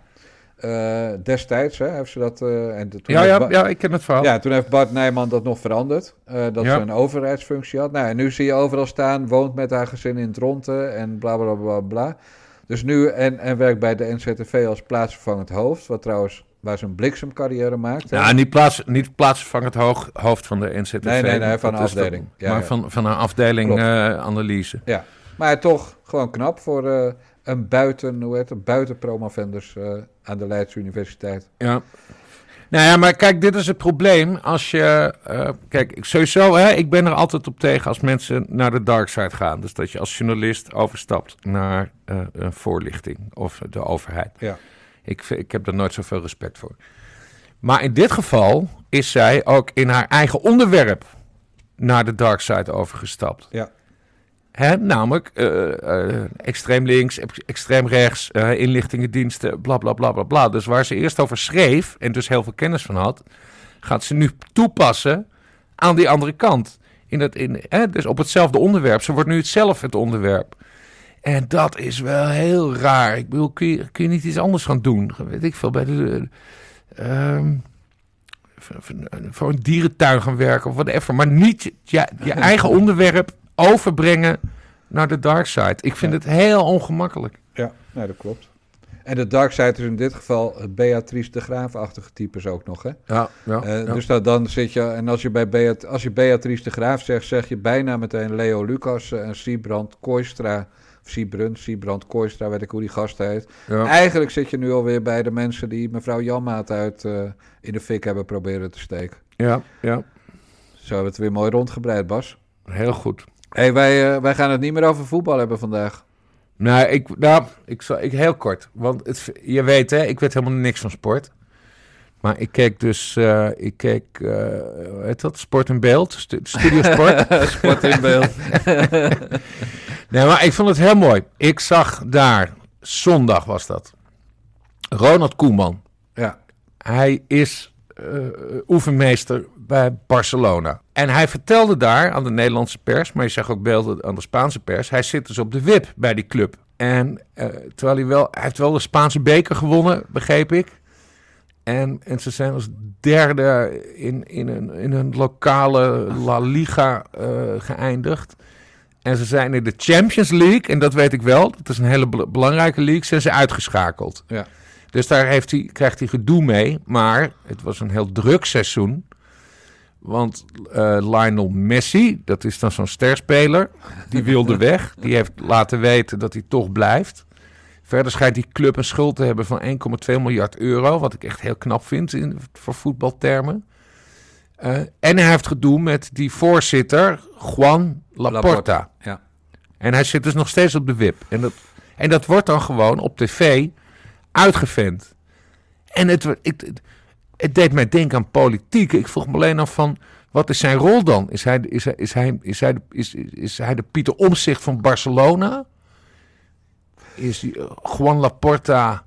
[SPEAKER 1] Uh, destijds hè, heeft ze dat... Uh, en toen
[SPEAKER 3] ja, ja,
[SPEAKER 1] Ba-
[SPEAKER 3] ja, ik ken het verhaal.
[SPEAKER 1] Ja, toen heeft Bart Nijman dat nog veranderd. Uh, dat ja. ze een overheidsfunctie had. Nou, en nu zie je overal staan, woont met haar gezin in Dronten en bla bla bla bla. Dus nu en, en werkt bij de N C T V als plaatsvervangend hoofd. Wat trouwens, waar ze een bliksemcarrière maakt.
[SPEAKER 3] Ja, niet, plaats, niet plaatsvervangend hoog, hoofd van de N C T V.
[SPEAKER 1] Nee, nee, nee, van een afdeling.
[SPEAKER 3] De, ja, maar ja. Van, van een afdeling uh, analyse.
[SPEAKER 1] Ja, maar toch gewoon knap voor uh, een buiten, hoe heet het, buiten promovendus uh, aan de Leidse Universiteit.
[SPEAKER 3] Ja. Nou ja, maar kijk, dit is het probleem. Als je, uh, kijk, sowieso, hè, ik ben er altijd op tegen als mensen naar de dark side gaan. Dus dat je als journalist overstapt naar uh, een voorlichting of de overheid.
[SPEAKER 1] Ja.
[SPEAKER 3] Ik, ik heb daar nooit zoveel respect voor. Maar in dit geval is zij ook in haar eigen onderwerp naar de dark side overgestapt.
[SPEAKER 1] Ja.
[SPEAKER 3] Hè, namelijk uh, uh, extreem links, extreem rechts, uh, inlichtingendiensten, bla bla bla bla bla. Dus waar ze eerst over schreef en dus heel veel kennis van had, gaat ze nu toepassen aan die andere kant. In dat, in, hè, dus op hetzelfde onderwerp. Ze wordt nu het zelf het onderwerp. En dat is wel heel raar. Ik bedoel, kun je, kun je niet iets anders gaan doen? Weet ik veel, bij de... Uh, um, voor een dierentuin gaan werken of whatever. Maar niet je, je eigen onderwerp overbrengen naar de dark side. Ik vind ja. het heel ongemakkelijk.
[SPEAKER 1] Ja, nee, dat klopt. En de dark side is in dit geval het Beatrice de Graaf-achtige types ook nog, hè?
[SPEAKER 3] Ja, ja,
[SPEAKER 1] uh,
[SPEAKER 3] ja.
[SPEAKER 1] Dus dat, dan zit je... En als je bij Beat, als je Beatrice de Graaf zegt, zeg je bijna meteen Leo Lucas en Siebrand Kooistra... Of Siebrand, Siebrand Kooistra, weet ik hoe die gast heet. Ja. Eigenlijk zit je nu alweer bij de mensen die mevrouw Janmaat uit uh, in de fik hebben proberen te steken.
[SPEAKER 3] Ja, ja.
[SPEAKER 1] Zo hebben we het weer mooi rondgebreid, Bas.
[SPEAKER 3] Heel goed.
[SPEAKER 1] Hey, wij, uh, wij gaan het niet meer over voetbal hebben vandaag.
[SPEAKER 3] Nou, ik, nou, ik zal ik heel kort. Want het, je weet, hè, ik weet helemaal niks van sport. Maar ik keek dus, uh, ik keek, uh, hoe heet dat? Sport in Beeld, Stu- Studio Sport.
[SPEAKER 1] Sport in Beeld.
[SPEAKER 3] Nee, maar ik vond het heel mooi. Ik zag daar, zondag was dat, Ronald Koeman.
[SPEAKER 1] Ja.
[SPEAKER 3] Hij is uh, oefenmeester bij Barcelona. En hij vertelde daar aan de Nederlandse pers, maar je zag ook beelden aan de Spaanse pers, hij zit dus op de wip bij die club. En uh, terwijl hij wel, hij heeft wel de Spaanse beker gewonnen, begreep ik. En, en ze zijn als derde in, in, een, in een lokale La Liga uh, geëindigd. En ze zijn in de Champions League, en dat weet ik wel, dat is een hele be- belangrijke league, zijn ze uitgeschakeld.
[SPEAKER 1] Ja.
[SPEAKER 3] Dus daar heeft hij, krijgt hij gedoe mee. Maar het was een heel druk seizoen. Want uh, Lionel Messi, dat is dan zo'n sterspeler, die wilde weg. Die heeft laten weten dat hij toch blijft. Verder schijnt die club een schuld te hebben van één komma twee miljard euro. Wat ik echt heel knap vind in, voor voetbaltermen. Uh, en hij heeft gedoe met die voorzitter, Juan Laporta.
[SPEAKER 1] Laporta, ja.
[SPEAKER 3] En hij zit dus nog steeds op de wip. En dat, en dat wordt dan gewoon op tv uitgevent. En het, het, het, het deed mij denken aan politiek. Ik vroeg me alleen af van, wat is zijn rol dan? Is hij, is hij, is hij, is hij, is, is, is hij de Pieter Omtzigt van Barcelona? Is die, uh, Juan Laporta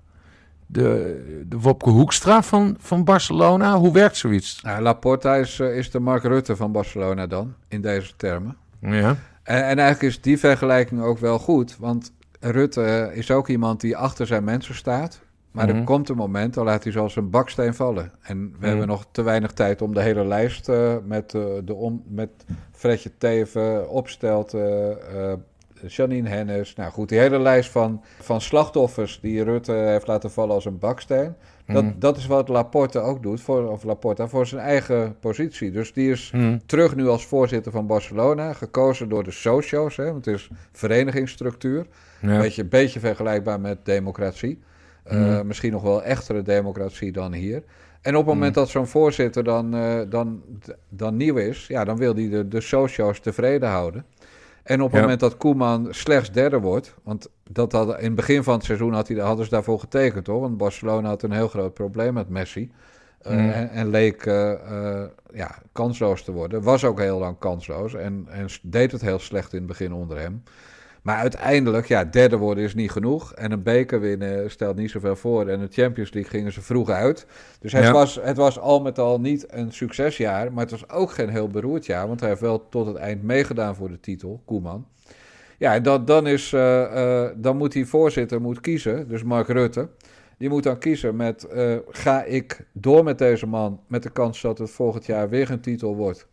[SPEAKER 3] de, de Wopke Hoekstra van, van Barcelona? Hoe werkt zoiets?
[SPEAKER 1] Nou, Laporta is, uh, is de Mark Rutte van Barcelona dan, in deze termen.
[SPEAKER 3] Ja.
[SPEAKER 1] En, en eigenlijk is die vergelijking ook wel goed, want Rutte is ook iemand die achter zijn mensen staat. Maar mm-hmm. er komt een moment, dan laat hij zoals een baksteen vallen. En we mm-hmm. hebben nog te weinig tijd om de hele lijst uh, met, uh, de om, met Fredje Teven, Opstelt, uh, uh, Janine Hennis. Nou goed, die hele lijst van, van slachtoffers die Rutte heeft laten vallen als een baksteen. Dat, mm. dat is wat Laporta ook doet, voor, of Laporta, voor zijn eigen positie. Dus die is mm. terug nu als voorzitter van Barcelona, gekozen door de socio's, hè, want het is verenigingsstructuur. Ja. Een beetje, beetje vergelijkbaar met democratie. Uh, mm. Misschien nog wel echtere democratie dan hier. En op het moment mm. dat zo'n voorzitter dan, uh, dan, dan nieuw is, ja, dan wil hij de, de socio's tevreden houden. En op het ja. moment dat Koeman slechts derde wordt, want dat had, in het begin van het seizoen had hij, hadden ze daarvoor getekend, hoor. Want Barcelona had een heel groot probleem met Messi. Uh, mm. en, en leek uh, uh, ja, kansloos te worden. Was ook heel lang kansloos en, en deed het heel slecht in het begin onder hem. Maar uiteindelijk, ja, derde worden is niet genoeg. En een beker winnen stelt niet zoveel voor. En de Champions League gingen ze vroeg uit. Dus het, ja. was, het was al met al niet een succesjaar. Maar het was ook geen heel beroerd jaar. Want hij heeft wel tot het eind meegedaan voor de titel, Koeman. Ja, en dan, dan, is, uh, uh, dan moet die voorzitter moet kiezen. Dus Mark Rutte. Die moet dan kiezen met, uh, ga ik door met deze man met de kans dat het volgend jaar weer een titel wordt.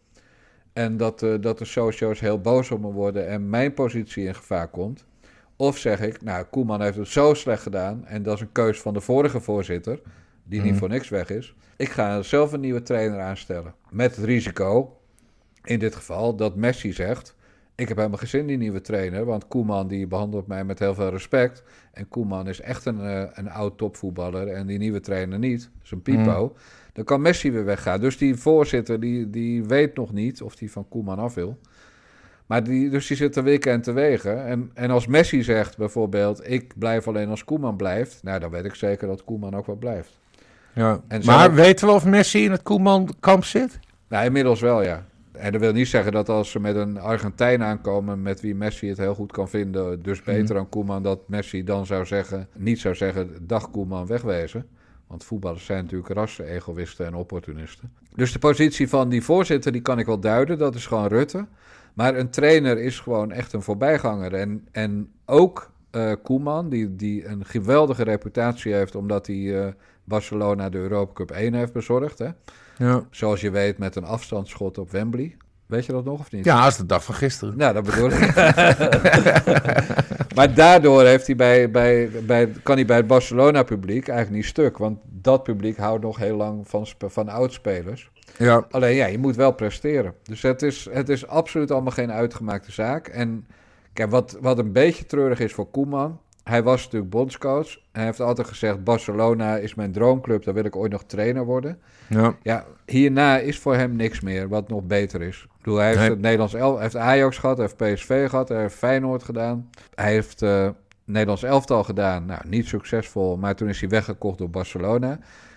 [SPEAKER 1] En dat, uh, dat de socio's heel boos op me worden en mijn positie in gevaar komt. Of zeg ik, nou, Koeman heeft het zo slecht gedaan. En dat is een keus van de vorige voorzitter, die mm. niet voor niks weg is. Ik ga zelf een nieuwe trainer aanstellen. Met het risico, in dit geval, dat Messi zegt, ik heb helemaal geen zin in die nieuwe trainer. Want Koeman die behandelt mij met heel veel respect. En Koeman is echt een, uh, een oud topvoetballer en die nieuwe trainer niet. Dat is een pipo. Mm. Dan kan Messi weer weggaan. Dus die voorzitter die, die weet nog niet of die van Koeman af wil. Maar die, dus die zit te wikken en te wegen. En, en als Messi zegt bijvoorbeeld, ik blijf alleen als Koeman blijft. Nou, dan weet ik zeker dat Koeman ook wel blijft.
[SPEAKER 3] Ja. En maar zo... weten we of Messi in het Koeman-kamp zit?
[SPEAKER 1] Nou, inmiddels wel, ja. En dat wil niet zeggen dat als ze met een Argentijn aankomen met wie Messi het heel goed kan vinden, dus beter hmm. dan Koeman, dat Messi dan zou zeggen, niet zou zeggen, dag Koeman, wegwezen. Want voetballers zijn natuurlijk rassen-egoïsten en opportunisten. Dus de positie van die voorzitter, die kan ik wel duiden. Dat is gewoon Rutte. Maar een trainer is gewoon echt een voorbijganger. En, en ook uh, Koeman, die, die een geweldige reputatie heeft, omdat hij uh, Barcelona de Europa Cup één heeft bezorgd. Hè? Ja. Zoals je weet, met een afstandsschot op Wembley. Weet je dat nog of niet?
[SPEAKER 3] Ja, dat is de dag van gisteren.
[SPEAKER 1] Nou, dat bedoel ik. Maar daardoor heeft hij bij, bij, bij, kan hij bij het Barcelona-publiek eigenlijk niet stuk. Want dat publiek houdt nog heel lang van, van oudspelers. Ja. Alleen ja, je moet wel presteren. Dus het is, het is absoluut allemaal geen uitgemaakte zaak. En kijk, wat, wat een beetje treurig is voor Koeman. Hij was natuurlijk bondscoach. Hij heeft altijd gezegd, Barcelona is mijn droomclub. Daar wil ik ooit nog trainer worden. Ja. Ja, hierna is voor hem niks meer wat nog beter is. Ik bedoel, hij heeft nee. het Nederlands elftal, heeft Ajax gehad, hij heeft P S V gehad, hij heeft Feyenoord gedaan. Hij heeft uh, Nederlands elftal gedaan. Nou, niet succesvol, maar toen is hij weggekocht door Barcelona.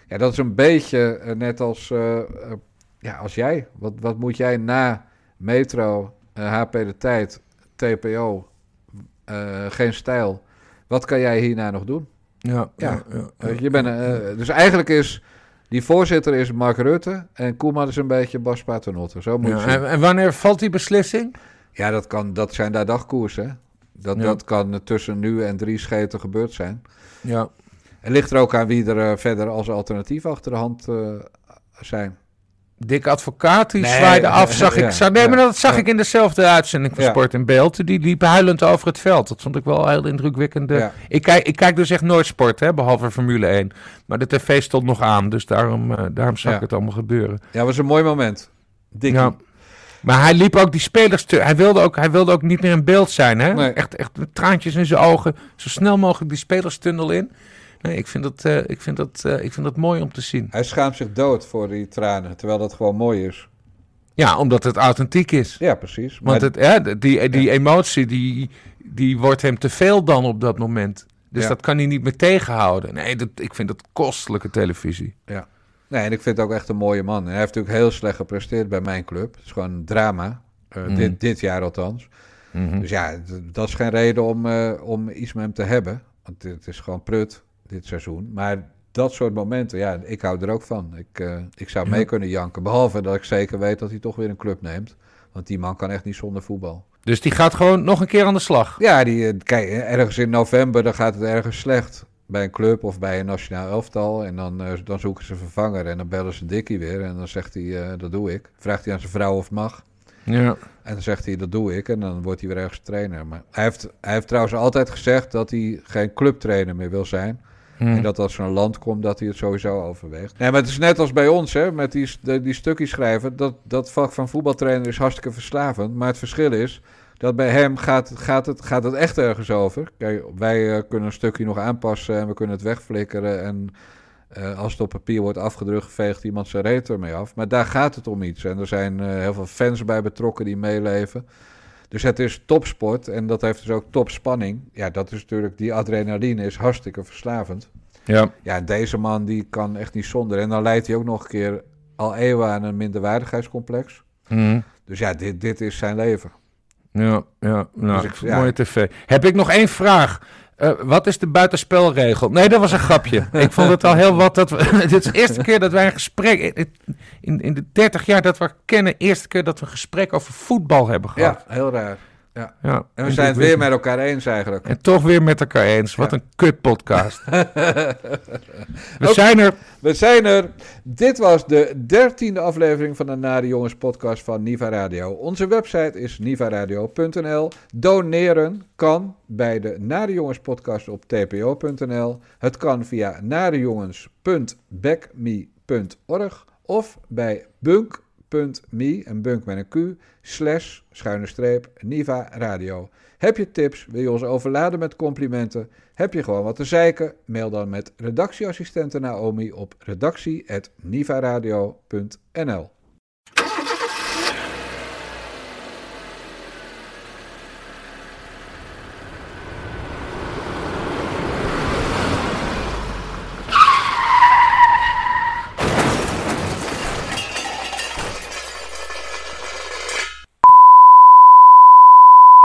[SPEAKER 1] Ja, dat is een beetje uh, net als, uh, uh, ja, als jij. Wat, wat moet jij na Metro, uh, H P De Tijd, T P O, uh, Geen Stijl... Wat kan jij hierna nog doen?
[SPEAKER 3] Ja, ja, ja, ja.
[SPEAKER 1] Je bent, uh, dus eigenlijk is die voorzitter is Mark Rutte en Koeman is een beetje Bas Paternotte. Zo moet
[SPEAKER 3] ja,
[SPEAKER 1] je
[SPEAKER 3] en, en wanneer valt die beslissing?
[SPEAKER 1] Ja, dat, kan, dat zijn daar dagkoersen. Dat, ja. dat kan tussen nu en drie scheten gebeurd zijn.
[SPEAKER 3] Ja.
[SPEAKER 1] En ligt er ook aan wie er uh, verder als alternatief achter de hand uh, zijn.
[SPEAKER 3] Dick Advocaat, die nee, zwaaide af, zag ja, ik. Zag, nee, ja, maar dat zag ja. ik in dezelfde uitzending van ja. Sport in Beeld. Die liep huilend over het veld. Dat vond ik wel heel indrukwekkend. Ja. Ik, kijk, ik kijk dus echt nooit sport, hè, behalve Formule één. Maar de tv stond nog aan, dus daarom, uh, daarom zag ja. ik het allemaal gebeuren.
[SPEAKER 1] Ja, was een mooi moment. Dickie. Ja.
[SPEAKER 3] Maar hij liep ook die spelers te... Hij wilde ook, hij wilde ook niet meer in beeld zijn, hè? Nee. Echt, echt met traantjes in zijn ogen. Zo snel mogelijk die spelerstunnel in. Nee, ik vind, dat, uh, ik, vind dat, uh, ik vind dat mooi om te zien.
[SPEAKER 1] Hij schaamt zich dood voor die tranen, terwijl dat gewoon mooi is.
[SPEAKER 3] Ja, omdat het authentiek is.
[SPEAKER 1] Ja, precies.
[SPEAKER 3] Want het, ja, die, die ja. emotie, die, die wordt hem te veel dan op dat moment. Dus ja. dat kan hij niet meer tegenhouden. Nee, dat, ik vind dat kostelijke televisie.
[SPEAKER 1] Ja. Nee, en ik vind het ook echt een mooie man. En hij heeft natuurlijk heel slecht gepresteerd bij mijn club. Het is gewoon een drama. Uh, mm. dit, dit jaar althans. Mm-hmm. Dus ja, d- dat is geen reden om, uh, om iets met hem te hebben. Want het is gewoon prut. Dit seizoen. Maar dat soort momenten, ja, ik hou er ook van. Ik, uh, ik zou mee kunnen janken. Behalve dat ik zeker weet dat hij toch weer een club neemt. Want die man kan echt niet zonder voetbal.
[SPEAKER 3] Dus die gaat gewoon nog een keer aan de slag?
[SPEAKER 1] Ja, die, kijk, ergens in november dan gaat het ergens slecht. Bij een club of bij een nationaal elftal. En dan, uh, dan zoeken ze vervanger. En dan bellen ze Dickie weer. En dan zegt hij, uh, dat doe ik. Vraagt hij aan zijn vrouw of het mag.
[SPEAKER 3] Ja.
[SPEAKER 1] En dan zegt hij, dat doe ik. En dan wordt hij weer ergens trainer. Maar hij heeft, hij heeft trouwens altijd gezegd dat hij geen clubtrainer meer wil zijn. Hmm. En dat als er een land komt, dat hij het sowieso overweegt. Nee, maar het is net als bij ons, hè, met die, de, die stukjes schrijven. Dat, dat vak van voetbaltrainer is hartstikke verslavend. Maar het verschil is dat bij hem gaat, gaat, het, gaat het echt ergens over. Kijk, wij uh, kunnen een stukje nog aanpassen en we kunnen het wegflikkeren. En uh, als het op papier wordt afgedrukt, veegt iemand zijn reet ermee af. Maar daar gaat het om iets. En er zijn uh, heel veel fans bij betrokken die meeleven. Dus het is topsport en dat heeft dus ook topspanning. Ja, dat is natuurlijk, die adrenaline is hartstikke verslavend.
[SPEAKER 3] Ja.
[SPEAKER 1] Ja, deze man die kan echt niet zonder. En dan leidt hij ook nog een keer al eeuwen aan een minderwaardigheidscomplex.
[SPEAKER 3] Mm.
[SPEAKER 1] Dus ja, dit, dit is zijn leven.
[SPEAKER 3] Ja, ja, nou,
[SPEAKER 1] dus ik, ja.
[SPEAKER 3] mooie tv. Heb ik nog één vraag? Uh, wat is de buitenspelregel? Nee, dat was een grapje. Ik vond het al heel wat. Dat we, dit is de eerste keer dat wij een gesprek... In, in de dertig jaar dat we kennen... eerste keer dat we een gesprek over voetbal hebben gehad.
[SPEAKER 1] Ja, heel raar. Ja.
[SPEAKER 3] Ja,
[SPEAKER 1] en we
[SPEAKER 3] en
[SPEAKER 1] zijn het weer wist... met elkaar eens eigenlijk.
[SPEAKER 3] En toch weer met elkaar eens. Wat ja. een kut podcast. we
[SPEAKER 1] Ook,
[SPEAKER 3] zijn er.
[SPEAKER 1] We zijn er. Dit was de dertiende aflevering van de Nare Jongens podcast van Niva Radio. Onze website is niva radio punt n l. Doneren kan bij de Nare Jongens podcast op t p o punt n l. Het kan via narejongens punt back me punt org of bij bunk punt me en bunk met een q slash schuine streep Niva Radio. Heb je tips? Wil je ons overladen met complimenten? Heb je gewoon wat te zeiken? Mail dan met redactieassistente Naomi op redactie apenniva radio punt n l.